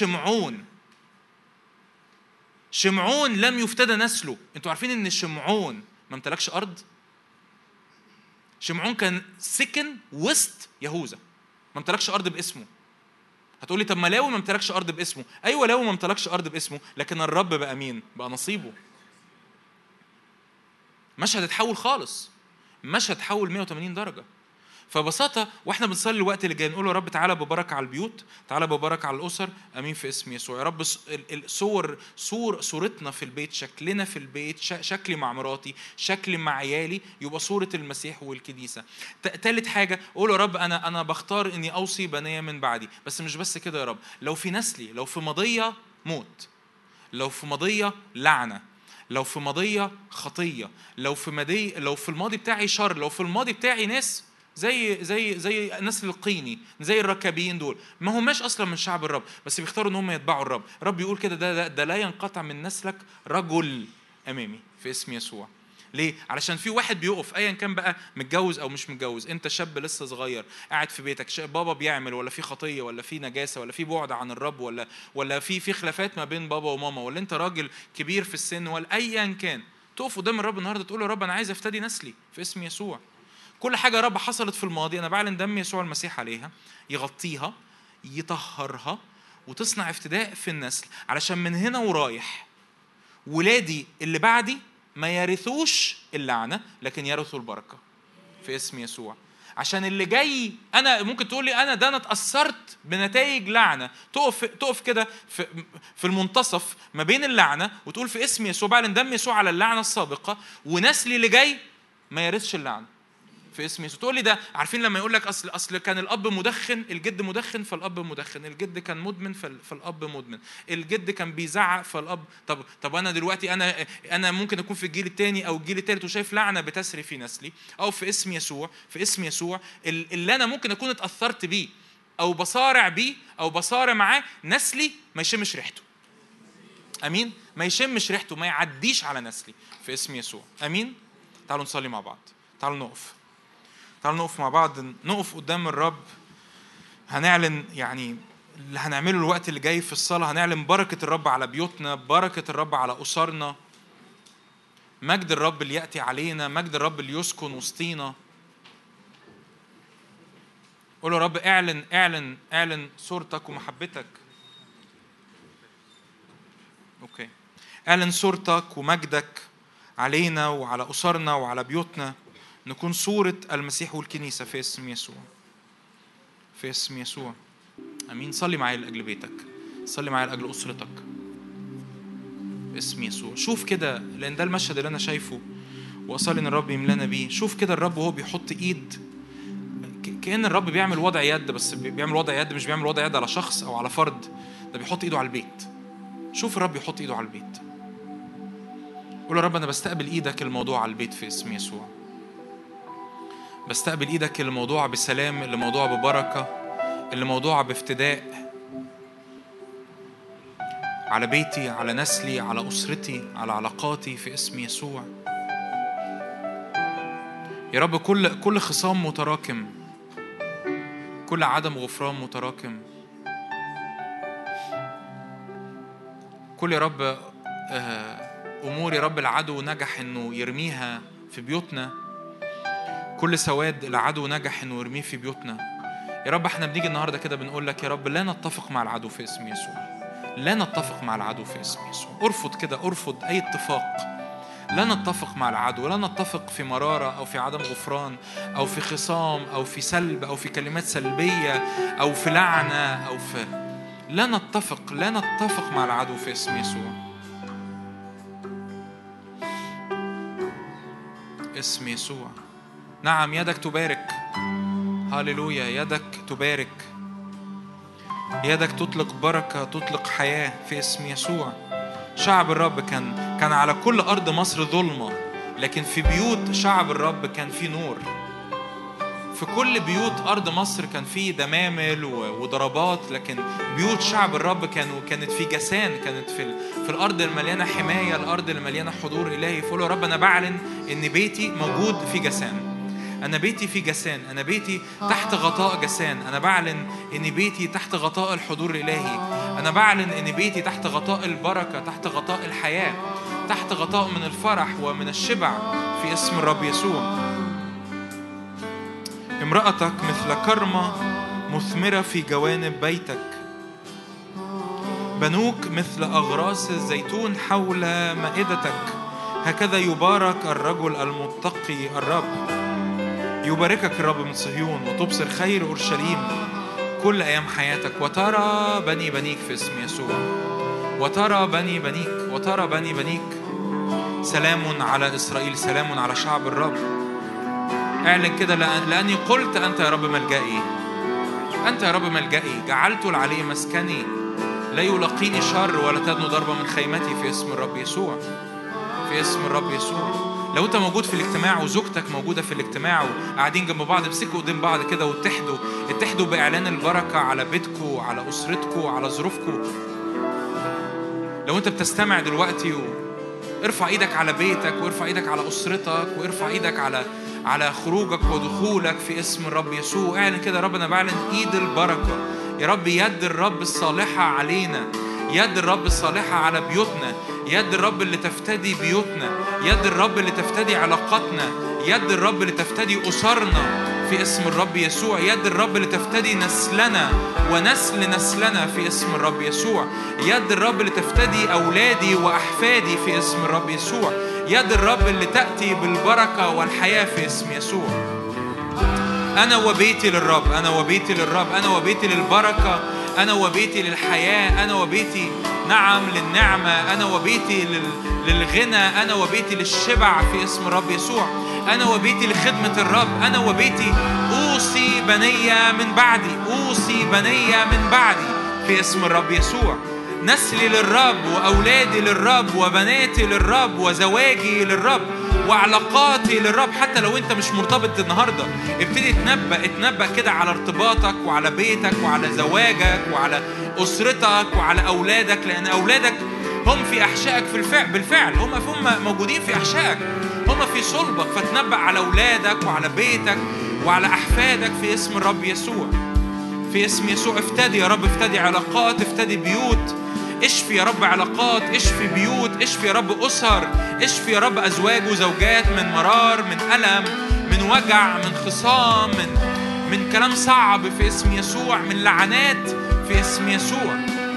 شمعون لم يفتدى نسله؟ انتوا عارفين ان شمعون ما امتلكش أرض؟ شمعون كان سكن وسط يهوذا، ما امتلكش أرض باسمه. هتقولي طب ما لاوي ما امتلكش أرض باسمه. أيوة لاوي ما امتلكش أرض باسمه، لكن الرب بقى مين؟ بقى نصيبه. مشهد اتحول خالص، مشهد اتحول 180 درجة. فبساطة واحنا بنصلي الوقت اللي جاي نقول يا رب تعالى ببركة على البيوت، تعالى ببركة على الأسر، أمين في اسم يسوع. يا رب صورتنا في البيت، شكلنا في البيت، شكلي مع مراتي، شكلي مع عيالي يبقى صورة المسيح والكنيسة. تالت حاجة قول يا رب أنا بختار إني أوصي بنية من بعدي. بس مش بس كده يا رب، لو في نسلي، لو في مضية موت، لو في مضية لعنة، لو في مضية خطية، لو في الماضي بتاعي شر، لو في الماضي بتاعي ناس زي الناس القيني، زي الركابيين دول، ما هماش اصلا من شعب الرب بس بيختاروا ان هم يتبعوا الرب. الرب يقول كده ده لا ينقطع من نسلك رجل امامي في اسم يسوع. ليه؟ علشان في واحد بيقف ايا كان بقى متجوز او مش متجوز، انت شاب لسه صغير قاعد في بيتك، بابا بيعمل ولا في خطيه ولا في نجاسه ولا في بعد عن الرب ولا في خلافات ما بين بابا وماما، ولا انت راجل كبير في السن ولا ايا كان، تقف قدام الرب النهارده تقول يا رب انا عايز افتدي نسلي في اسم يسوع. كل حاجة يا رب حصلت في الماضي أنا بعلن دم يسوع المسيح عليها يغطيها يطهرها وتصنع افتداء في النسل، علشان من هنا ورايح ولادي اللي بعدي ما يرثوش اللعنة لكن يرثوا البركة في اسم يسوع. عشان اللي جاي أنا ممكن تقول لي أنا اتأثرت بنتائج لعنة، تقف كده في المنتصف ما بين اللعنة وتقول في اسم يسوع بعلن دم يسوع على اللعنة السابقة، ونسلي اللي جاي ما يرثش اللعنة في اسم يسوع. تقول لي ده عارفين لما يقول لك اصل كان الاب مدخن، الجد مدخن فالاب مدخن، الجد كان مدمن فالاب مدمن، الجد كان بيزعق فالاب. طب انا دلوقتي انا ممكن اكون في الجيل الثاني او الجيل الثالث وشايف لعنه بتسري في نسلي، او في اسم يسوع، في اسم يسوع اللي انا ممكن اكون اتاثرت بيه او بصارع بيه او بصارع معاه، نسلي ما يشمش ريحته. امين. ما يشمش ريحته، ما يعديش على نسلي في اسم يسوع. امين. تعالوا نصلي مع بعض، تعالوا نقف مع بعض، نقف قدام الرب. هنعلن يعني اللي هنعمله الوقت اللي جاي في الصلاة، هنعلن بركة الرب على بيوتنا، بركة الرب على أسرنا، مجد الرب اللي يأتي علينا، مجد الرب اللي يسكن وسطينا. قول يا رب اعلن صورتك ومحبتك. اوكي. اعلن صورتك ومجدك علينا وعلى أسرنا وعلى بيوتنا، نكون صورة المسيح والكنيسة في اسم يسوع، في اسم يسوع. أمين. صلي معايا لأجل بيتك، صلي معايا لأجل أسرتك في اسم يسوع. شوف كده، لأن ده المشهد اللي أنا شايفه وأصلي إن الرب يملانا بيه. شوف كده الرب وهو بيحط إيد كأن الرب بيعمل وضع يد، بس بيعمل وضع يد، مش بيعمل وضع يد على شخص أو على فرد، ده بيحط إيده على البيت. شوف الرب يحط إيده على البيت. قول يا رب أنا بستقبل إيدك الموضوع على البيت في اسم يسوع. بستقبل إيدك الموضوع بسلام، الموضوع ببركة، الموضوع بافتداء على بيتي، على نسلي، على أسرتي، على علاقاتي في اسم يسوع. يا رب كل خصام متراكم، كل عدم غفران متراكم، كل يا رب أمور يا رب العدو نجح إنه يرميها في بيوتنا، كل سواد العدو نجح إنه يرميه في بيوتنا. يا رب احنا بنيجي النهاردة كده بنقول لك يا رب لا نتفق مع العدو في اسم يسوع، لا نتفق مع العدو في اسم يسوع. ارفض كده، ارفض أي اتفاق. لا نتفق مع العدو، لا نتفق في مرارة أو في عدم غفران أو في خصام أو في سلب أو في كلمات سلبية أو في لعنة أو في لا نتفق مع العدو في اسم يسوع. اسم يسوع. نعم يدك تبارك، هاليلويا، يدك تبارك، يدك تطلق بركة، تطلق حياة في اسم يسوع. شعب الرب كان على كل أرض مصر ظلمة، لكن في بيوت شعب الرب كان في نور. في كل بيوت أرض مصر كان في دمامل وضربات، لكن بيوت شعب الرب كانت في جسان، كانت في الأرض المليانة حماية، الأرض المليانة حضور إلهي. فقول يا رب أنا بعلن إن بيتي موجود في جسان، أنا بيتي في جسان، أنا بيتي تحت غطاء جسان، أنا بعلن إن بيتي تحت غطاء الحضور الإلهي، أنا بعلن إن بيتي تحت غطاء البركة، تحت غطاء الحياة، تحت غطاء من الفرح ومن الشبع في اسم الرب يسوع. امرأتك مثل كرمة مثمرة في جوانب بيتك، بنوك مثل أغراس الزيتون حول مائدتك. هكذا يبارك الرجل المتقي الرب. يباركك الرب من صهيون وتبصر خير أورشليم كل أيام حياتك، وترى بني بنيك في اسم يسوع، وترى بني بنيك، وترى بني بنيك. سلام على إسرائيل، سلام على شعب الرب. اعلن كده لأني قلت أنت يا رب ملجئي، أنت يا رب ملجئي، جعلت العلي مسكني، لا يلاقيني شر ولا تدنو ضربة من خيمتي في اسم الرب يسوع، في اسم الرب يسوع. لو أنت موجود في الاجتماع وزوجتك موجودة في الاجتماع وقاعدين جنب بعض، امسكوا قدام بعض كده واتحدوا بإعلان البركة على بيتكم، على أسرتكم، على ظروفكم. لو أنت بتستمع دلوقتي ارفع ايدك على بيتك، وارفع ايدك على أسرتك، وارفع ايدك على خروجك ودخولك في اسم الرب يسوع. اعلن كده يا رب أنا بعلن ايد البركة يا رب، يد الرب الصالحة علينا، يد الرب الصالحة على بيوتنا، يد الرب اللي تفتدي بيوتنا، يد الرب اللي تفتدي علاقاتنا، يد الرب اللي تفتدي أسرنا في اسم الرب يسوع، يد الرب اللي تفتدي نسلنا ونسل نسلنا في اسم الرب يسوع، يد الرب اللي تفتدي أولادي وأحفادي في اسم الرب يسوع، يد الرب اللي تأتي بالبركة والحياة في اسم يسوع. أنا وبيتي للرب، أنا وبيتي للرب، أنا وبيتي للبركة، أنا وبيتي للحياة، أنا وبيتي نعم للنعمة، أنا وبيتي للغنى، أنا وبيتي للشبع في اسم الرب يسوع، أنا وبيتي لخدمة الرب، أنا وبيتي أوصي بنية من بعدي، أوصي بنية من بعدي في اسم الرب يسوع. نسلي للرب وأولادي للرب وبناتي للرب وزواجي للرب وعلاقاتي للرب. حتى لو أنت مش مرتبط النهاردة، ابتدي اتنبأ كده على ارتباطك وعلى بيتك وعلى زواجك وعلى أسرتك وعلى أولادك، لأن أولادك هم في أحشائك بالفعل هم موجودين في أحشائك، هم في صلبك. فتنبأ على أولادك وعلى بيتك وعلى أحفادك في اسم الرب يسوع، في اسم يسوع. افتدي يا رب، افتدي علاقات، افتدي بيوت، اشفي يا رب علاقات، اشفي بيوت، اشفي يا رب أسر، اشفي يا رب أزواج وزوجات من مرار، من ألم، من وجع، من خصام، من كلام صعب في اسم يسوع، من لعنات في اسم يسوع.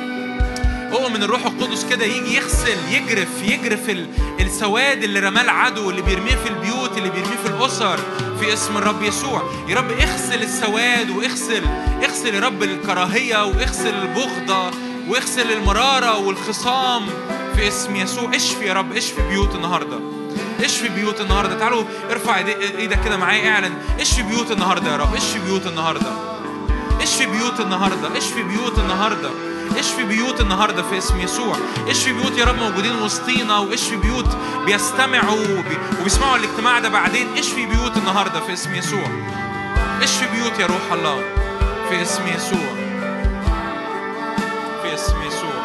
من الروح القدس كده يجي يغسل، يجرف السواد اللي رماه العدو، اللي بيرميه في البيوت، اللي بيرميه في الأسر في اسم الرب يسوع. يا رب اغسل السواد، واغسل يا رب الكراهية، واغسل البغضة، واغسل المرارة والخصام في اسم يسوع. اشفي يا رب، اشفي بيوت النهاردة، اشفي بيوت النهارده. تعالوا ارفع ايدك كده معايا، اعلن اشفي بيوت النهارده يا رب، اشفي بيوت النهارده، اشفي بيوت النهارده، اشفي بيوت النهارده، اشفي بيوت النهارده في اسم يسوع. اشفي بيوت يا رب موجودين وسطينا، واشفي بيوت بيستمعوا وبيسمعوا الاجتماع ده بعدين. اشفي بيوت النهارده في اسم يسوع. اشفي بيوت يا روح الله في اسم يسوع، في اسم يسوع.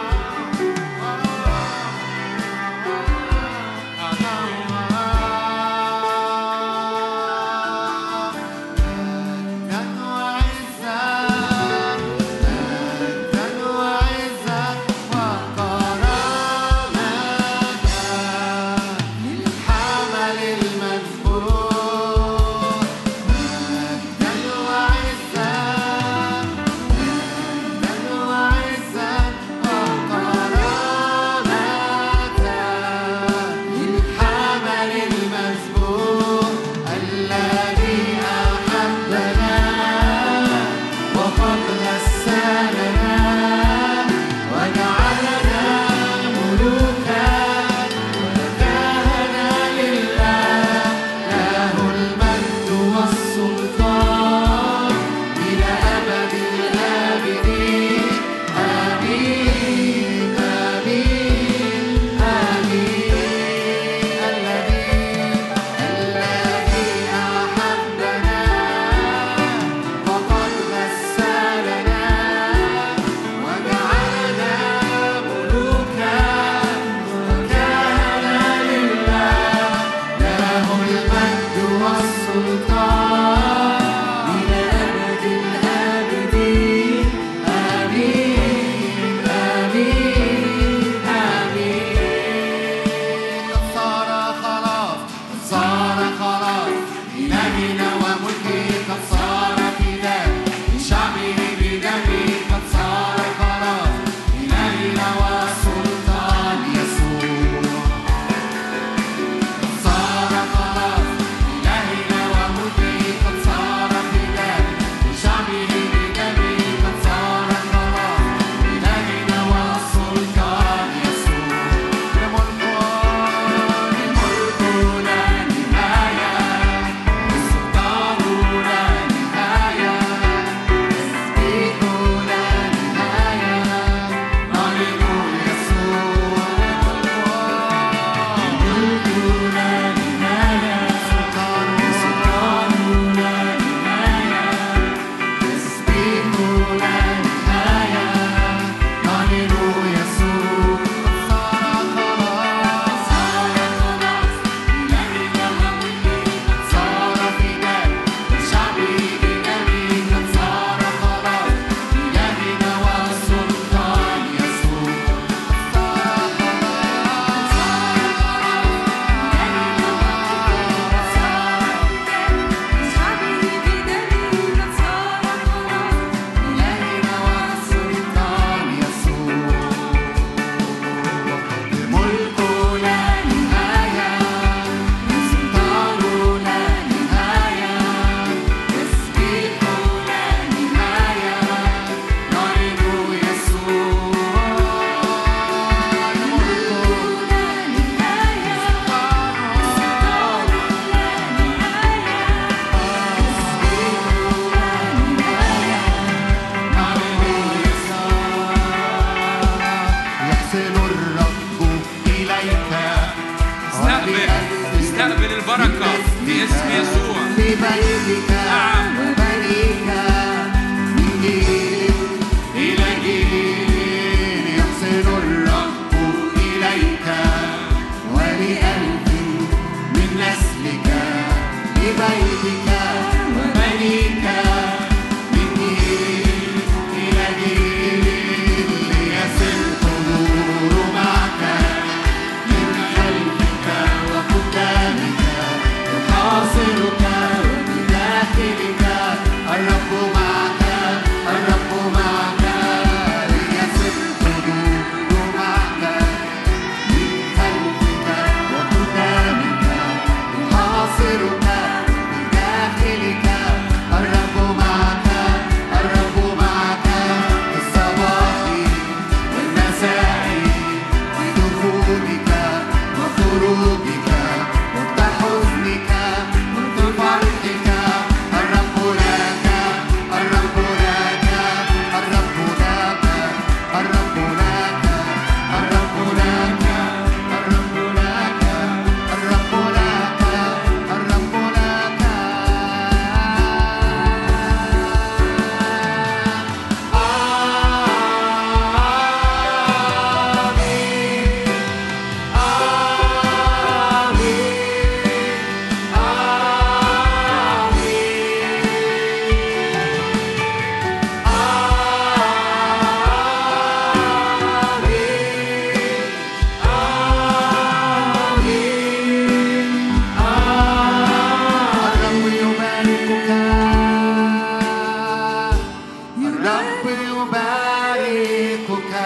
الرب يباركك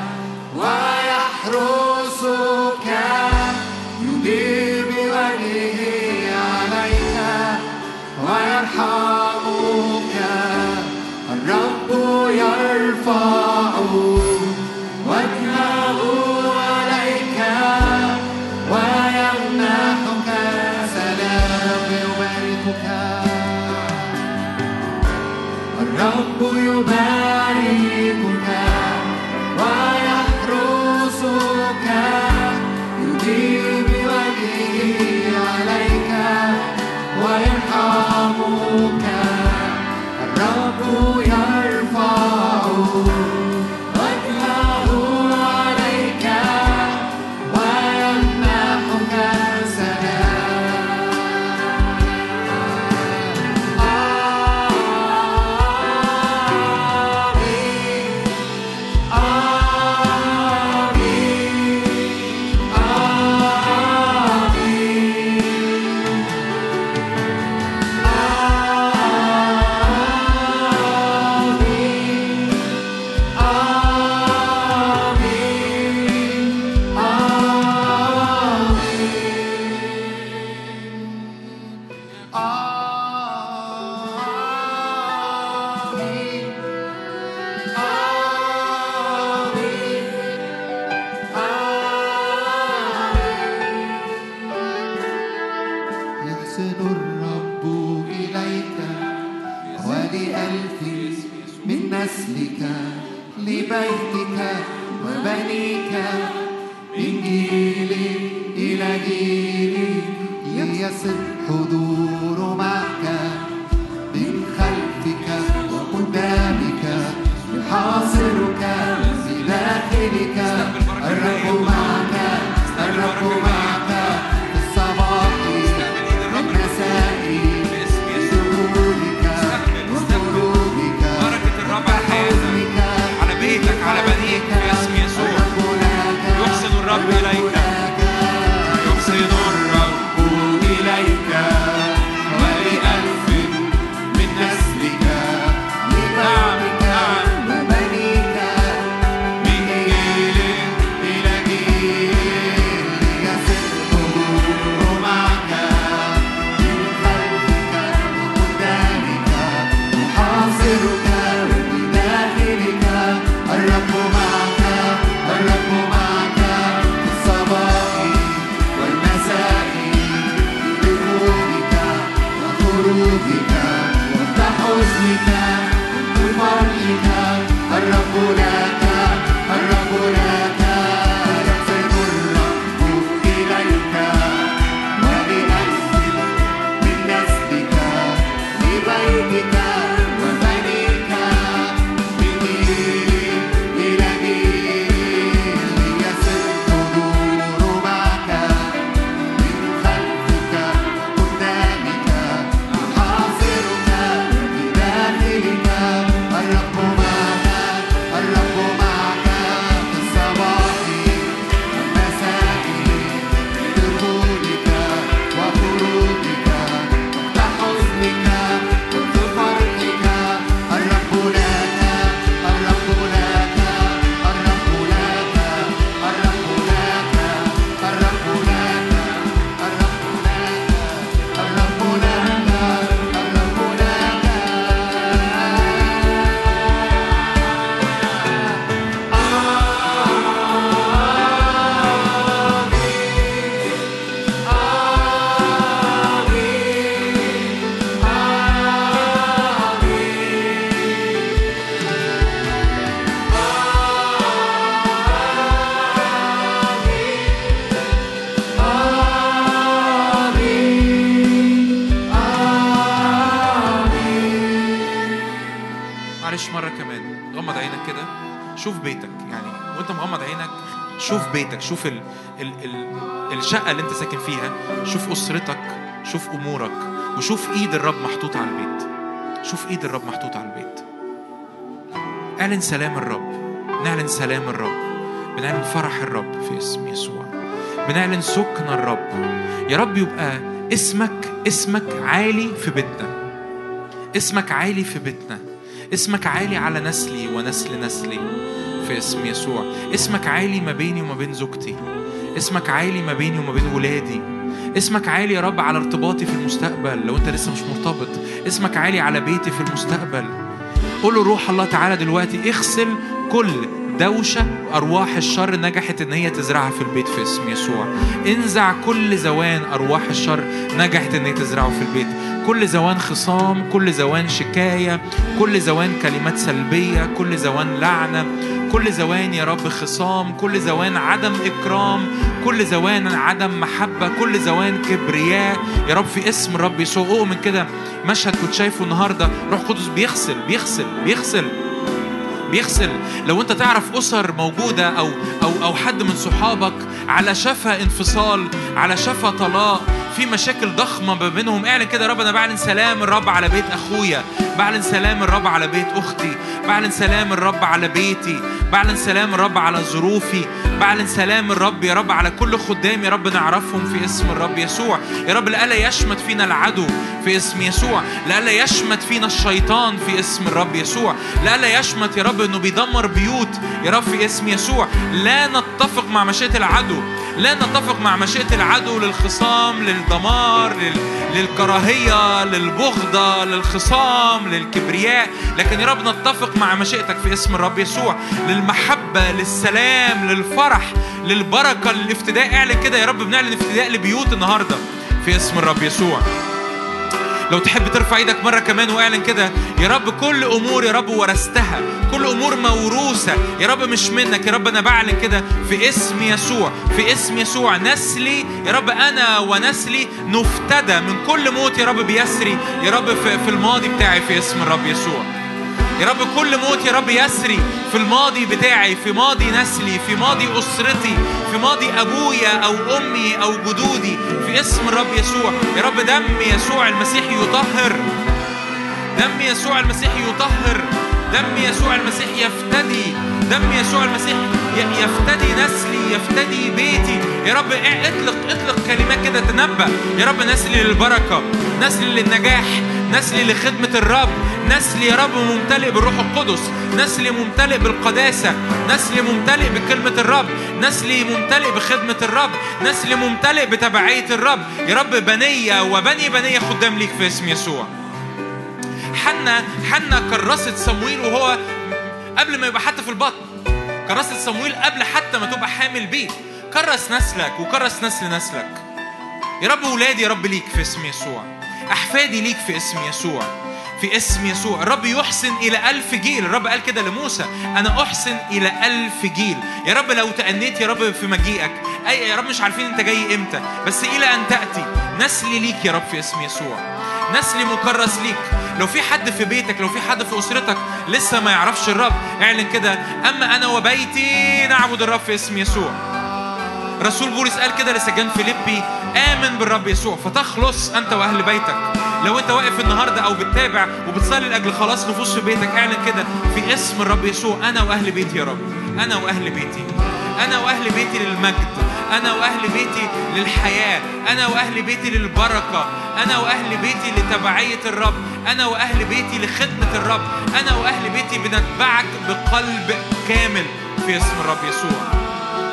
ويحرسك يضيء بوجهه عليك ويرحمك الرب يرفع وجهه عليك ويمنحك سلام يباركك الرب يباركك ويحرسك يضيء بوجهه عليك ويرحمك الرب يرفع وجهه عليك ويمنحك سلام يحسن الرب إليك ولألف من نسلك لبيتك وبنيك من جيل إلى جيل ليصل حضور معك من خلفك وقدامك يحاصرك بداخلك الرب معك الرب معك في الصباح والمساء دخولك وخروجك بركة الرب على حياتك على بيتك على بنيك باسم يسوع يحسن الرب إليك يحسن الرب إليك ولألف من نسلك لبيتك وبنيك من جيل إلى جيل يصل حضور معك من خلفك وقدامك يحاصرك بداخلك الرب معك الرب معك في الصباح والمساء دخولك وخروجك وقت حزنك وقت فرحك الرب لك الرب لك يحسن الرب إليك ولألف من نسلك لبيتك وبنيك من جيل إلى جيل ليصل حضور معك من خلفك وقدامك يحاصرك بداخلك الرب معك الرب معك في الصباح والمساء دخولك وخروجك وقت حزنك وقت فرحك الرب لك الرب لك الرب لك الرب لك الرب لك الرب لك الرب معلش مرة كمان غمض عينك كده، شوف بيتك يعني وانت مغمض عينك، شوف بيتك، شوف الشقة اللي انت ساكن فيها، شوف أسرتك، شوف أمورك، وشوف إيد الرب محطوطة على البيت. شوف إيد الرب محطوطة على البيت. اعلن سلام الرب، نعلن سلام الرب، بنعلن فرح الرب في اسم يسوع، بنعلن سكن الرب. يا رب يبقى اسمك عالي في بيتنا، اسمك عالي في بيتنا. اسمك عالي على نسلي ونسل نسلي في اسم يسوع. اسمك عالي ما بيني وما بين زوجتي، اسمك عالي ما بيني وما بين ولادي، اسمك عالي يا رب على ارتباطي في المستقبل لو انت لسه مش مرتبط، اسمك عالي على بيتي في المستقبل. قول له روح الله تعالى دلوقتي اغسل كل دوشة أرواح الشر نجحت إن هي تزرعها في البيت في اسم يسوع. انزع كل زوان أرواح الشر نجحت إن هي تزرعه في البيت، كل زوان خصام، كل زوان شكاية، كل زوان كلمات سلبية، كل زوان لعنة، كل زوان يا رب خصام، كل زوان عدم إكرام، كل زوان عدم محبة، كل زوان كبرياء يا رب في اسم الرب يسوع. أؤمن كده مشهد كنت شايفه النهاردة، روح قدس بيغسل بيغسل بيغسل بيغسل. لو انت تعرف أسر موجودة أو حد من صحابك على شفا انفصال، على شفا طلاق، في مشاكل ضخمة ما بينهم، اعلن كده: رب أنا بعلن سلام الرب على بيت أخويا، بعلن سلام الرب على بيت أختي، بعلن سلام الرب على بيتي، بعلن سلام الرب على ظروفي، بعلن سلام الرب يا رب على كل خدام يا رب نعرفهم في اسم الرب يسوع. يا رب لألا يشمت فينا العدو في اسم يسوع، لألا يشمت فينا الشيطان في اسم الرب يسوع، لألا يشمت يا رب إنه بيدمر بيوت يا رب في اسم يسوع. لا نتفق مع مشيئة العدو، لا نتفق مع مشيئة العدو للخصام، للدمار، للكراهية، للبغضة، للخصام، للكبرياء، لكن يا رب نتفق مع مشيئتك في اسم الرب يسوع، للمحبة، للسلام، للفرح، للبركة، للافتداء. اعلن كده: يا رب بنعلن افتداء لبيوت النهاردة في اسم الرب يسوع. لو تحب ترفع ايدك مرة كمان واعلن كده: يا رب كل امور يا رب ورثتها، كل امور موروثة يا رب مش منك، يا رب انا بعلن كده في اسم يسوع، في اسم يسوع نسلي يا رب، انا ونسلي نفتدى من كل موت يا رب بيسري يا رب في الماضي بتاعي في اسم الرب يسوع. يا رب كل موت يا رب يسري في الماضي بتاعي، في ماضي نسلي، في ماضي أسرتي، في ماضي أبويا أو أمي أو جدودي في اسم الرب يسوع. يا رب دم يسوع المسيح يطهر، دم يسوع المسيح يطهر، دم يسوع المسيح يفتدي، دم يسوع المسيح يفتدي نسلي، يفتدي بيتي. يا رب اطلق كلمات كده تنبأ يا رب: نسلي للبركة، نسلي للنجاح، نسلي لخدمة الرب، نسلي يا رب ممتلئ بالروح القدس، نسلي ممتلئ بالقداسة، نسلي ممتلئ بكلمة الرب، نسلي ممتلئ بخدمة الرب، نسلي ممتلئ بتبعية الرب. يا رب بنية وبني خدام ليك في اسم يسوع. حنا كرست صمويل وهو قبل ما يبقى حتى في البطن، كرست صمويل قبل حتى ما تبقى حامل بيه، كرس نسلك وكرس نسلك. يا رب ولادي يا رب ليك في اسم يسوع، أحفادي ليك في اسم يسوع، في اسم يسوع. الرب يحسن إلى 1000 جيل. الرب قال كده لموسى: أنا أحسن إلى 1000 جيل. يا رب لو تأنيت يا رب في مجيئك، أي يا رب مش عارفين أنت جاي إمتى، بس إلى أن تأتي نسلي ليك يا رب في اسم يسوع، نسلي مكرس ليك. لو في حد في بيتك، لو في حد في أسرتك لسه ما يعرفش الرب، اعلن كده: أما أنا وبيتي نعبد الرب في اسم يسوع. رسول بولس قال كده لسجان فيليبي: آمن بالرب يسوع فتخلص أنت وأهل بيتك. لو أنت واقف النهاردة أو بتتابع وبتصلي لأجل خلاص نفوس في بيتك، اعلن كده في اسم الرب يسوع: أنا وأهل بيتي يا رب، أنا وأهل بيتي، أنا وأهل بيتي للمجد، أنا وأهل بيتي للحياة، أنا وأهل بيتي للبركة، أنا وأهل بيتي لتبعية الرب، أنا وأهل بيتي لخدمة الرب، أنا وأهل بيتي بنتبعك بقلب كامل في اسم الرب يسوع،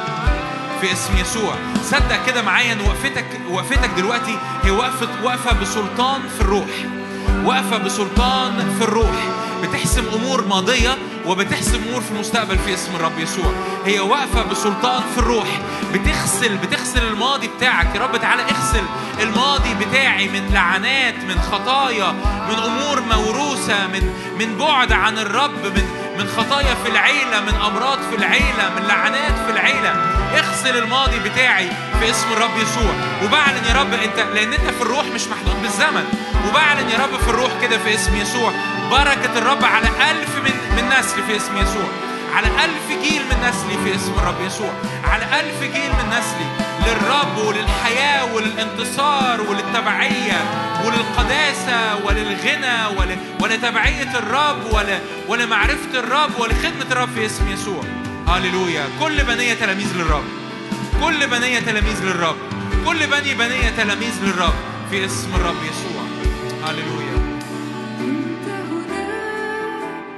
في اسم يسوع. صدق كده معايا ان وقفتك دلوقتي هي وقفة بسلطان في الروح، وقفة بسلطان في الروح، بتحسم امور ماضية وبتحسم امور في المستقبل في اسم الرب يسوع. هي وقفة بسلطان في الروح، بتغسل الماضي بتاعك. يا رب تعالى اغسل الماضي بتاعي من لعنات، من خطايا، من امور موروثة، من بعد عن الرب، من خطايا في العيلة، من امراض في العيلة، من لعنات في العيلة. اغسل الماضي بتاعي في اسم الرب يسوع. وبعلن يا رب انت، لان انت في الروح مش محدود بالزمن، وبعلن يا رب في الروح كده في اسم يسوع بركة الرب على 1000 من نسل في اسم يسوع، على 1000 جيل من نسلي في اسم الرب يسوع، على 1000 جيل من نسلي للرب وللحياة وللانتصار وللتبعية وللقداسة وللغنى ولتبعية الرب ولمعرفة الرب ولخدمة الرب في اسم يسوع. هاليلويا. كل بنية تلاميذ للرب، كل بنية تلاميذ للرب، كل بنية تلاميذ للرب في اسم الرب يسوع. هاليلويا. أنت هنا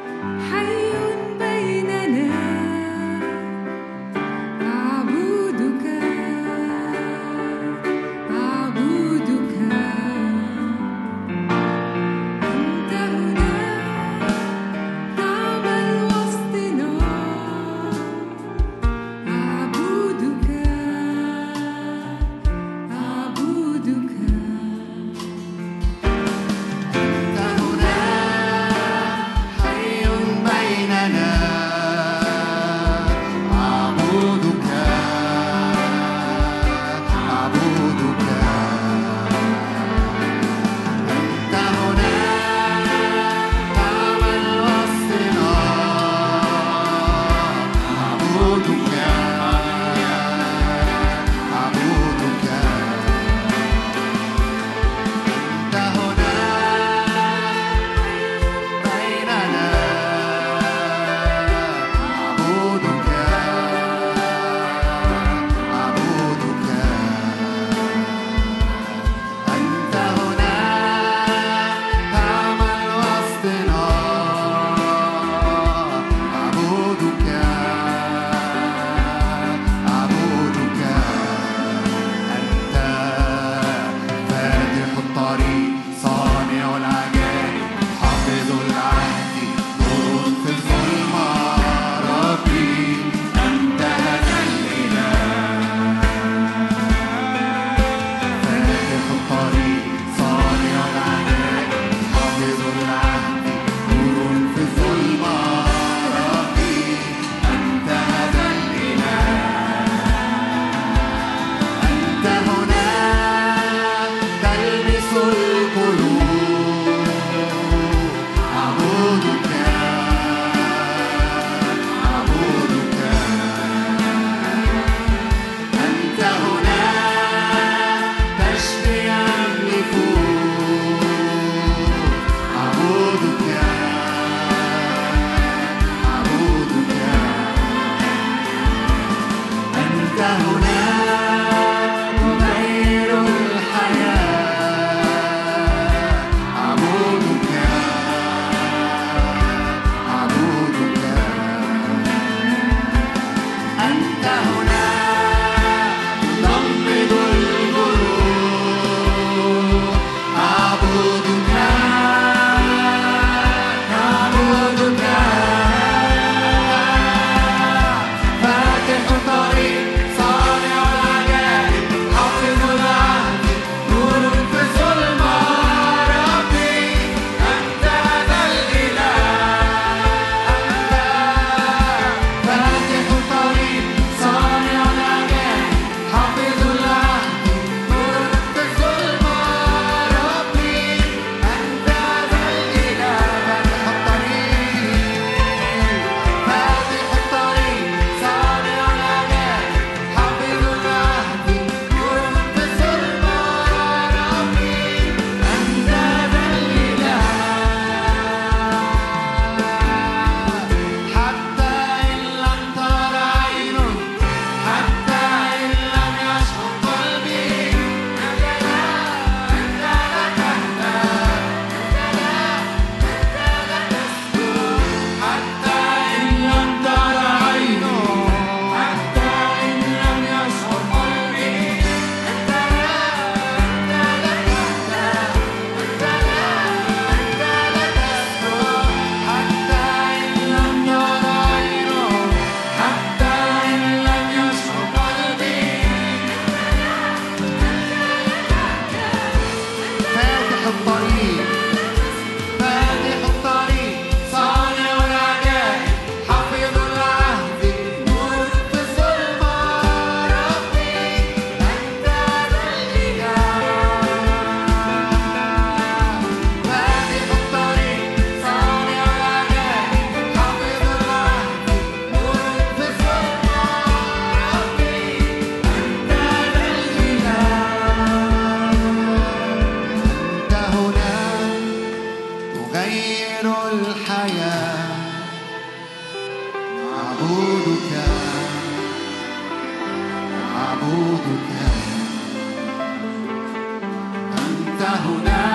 أنت هنا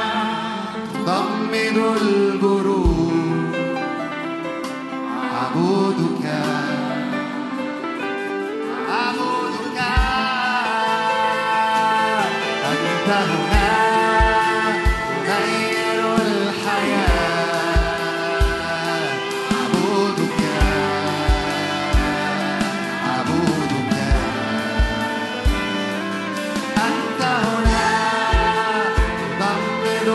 تضمد الجروح أعبدك أنت هنا تغير الحياة أعبدك أنت هنا تضمد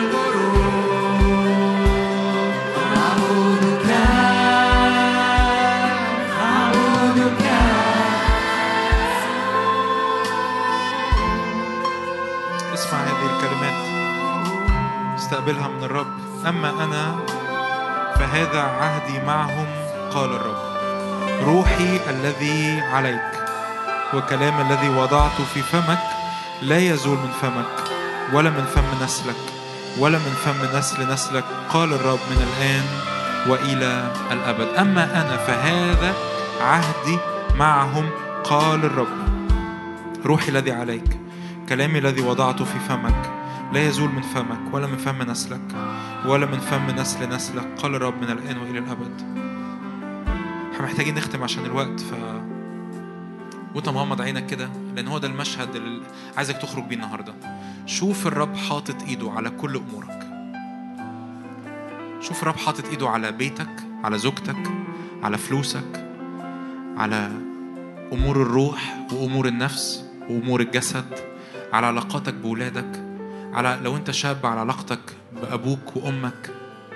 الجروح أعبدك اسمع هذه الكلمات، استقبلها من الرب. أما أنا فهذا عهدي معهم قال الرب، روحي الذي عليك وكلام الذي وضعته في فمك لا يزول من فمك ولا من فم نسلك ولا من فم نسل نسلك، قال الرب، من الآن وإلى الأبد. أما أنا فهذا عهدي معهم قال الرب، روحي الذي عليك كلامي الذي وضعته في فمك لا يزول من فمك ولا من فم نسلك ولا من فم نسل نسلك، قال الرب، من الآن وإلى الأبد. احنا محتاجين نختم عشان الوقت، وانت مغمض عينك كده، لأن هو ده المشهد اللي عايزك تخرج بيه النهاردة. شوف الرب حاطط إيده على كل أمورك. شوف الرب حاطط إيده على بيتك، على زوجتك، على فلوسك، على أمور الروح وأمور النفس وأمور الجسد، على علاقاتك بولادك، على لو أنت شاب على علاقتك بأبوك وأمك.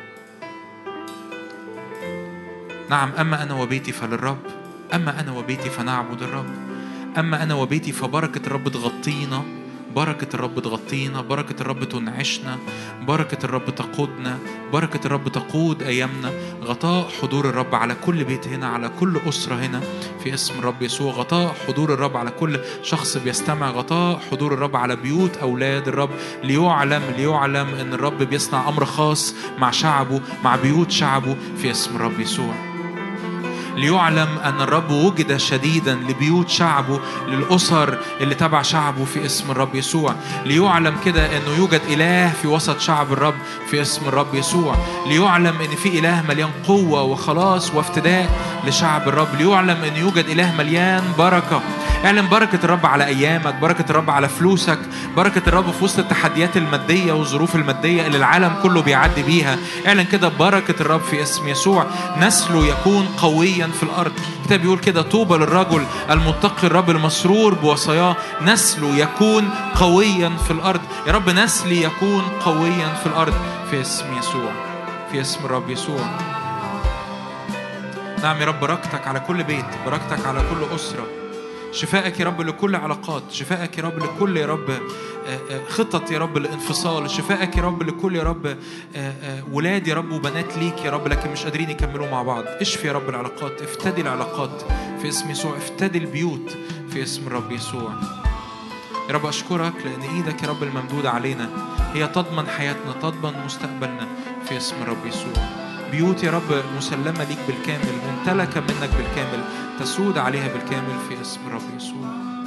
نعم، أما أنا وبيتي فللرب، أما أنا وبيتي فنعبد الرب، أما أنا وبيتي فبركة الرب تغطينا، بركة الرب تغطينا، بركة الرب تنعشنا، بركة الرب تقودنا، بركة الرب تقود أيامنا. غطاء حضور الرب على كل بيت هنا، على كل أسرة هنا في اسم الرب يسوع. غطاء حضور الرب على كل شخص بيستمع. غطاء حضور الرب على بيوت أولاد الرب، ليعلم أن الرب بيصنع أمر خاص مع شعبه، مع بيوت شعبه في اسم الرب يسوع. ليعلم أن الرب وجد شديدا لبيوت شعبه، للأسر اللي تبع شعبه في اسم الرب يسوع. ليعلم كده أنه يوجد إله في وسط شعب الرب في اسم الرب يسوع. ليعلم أن في إله مليان قوة وخلاص وافتداء لشعب الرب. ليعلم أن يوجد إله مليان بركة. اعلن بركة الرب على أيامك، بركة الرب على فلوسك، بركة الرب في وسط التحديات المادية والظروف المادية اللي العالم كله بيعدي بيها. اعلن كده بركة الرب في اسم يسوع. نسله يكون قويا في الأرض. الكتاب بيقول كده، طوبى للرجل المتقي الرب المسرور بوصاياه، نسله يكون قويا في الأرض. يا رب نسلي يكون قويا في الأرض في اسم يسوع، في اسم الرب يسوع. نعم يا رب، بركتك على كل بيت، بركتك على كل أسرة، شفائك يا رب لكل علاقات، شفائك يا رب لكل يا رب خطط يا رب الانفصال، شفائك يا رب لكل يا رب ولاد يا رب وبنات ليك يا رب لكن مش قادرين يكملوا مع بعض. اشفي يا رب العلاقات، افتدي العلاقات في اسم يسوع، افتدي البيوت في اسم الرب يسوع. يا رب أشكرك لأن إيدك يا رب الممدودة علينا هي تضمن حياتنا، تضمن مستقبلنا في اسم الرب يسوع. بيوت يا رب مسلمة ليك بالكامل، ممتلكة منك بالكامل، تسود عليها بالكامل في اسم الرب يسوع.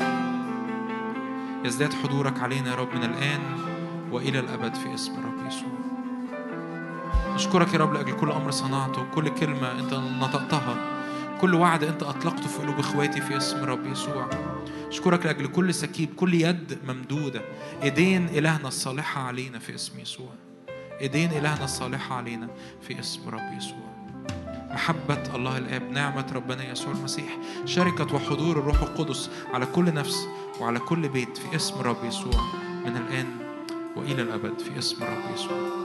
يزداد حضورك علينا يا رب من الآن وإلى الأبد في اسم الرب يسوع. نشكرك يا رب لأجل كل أمر صنعته، كل كلمة أنت نطقتها، كل وعد أنت أطلقته في قلوب إخواتي في اسم الرب يسوع. أشكرك لأجل كل سكيب، كل يد ممدودة، إيدين إلهنا الصالحة علينا في اسم يسوع، إيدين إلهنا الصالحة علينا في اسم رب يسوع. محبة الله الآب، نعمة ربنا يسوع المسيح، شركة وحضور الروح القدس على كل نفس وعلى كل بيت في اسم رب يسوع من الآن وإلى الأبد في اسم رب يسوع.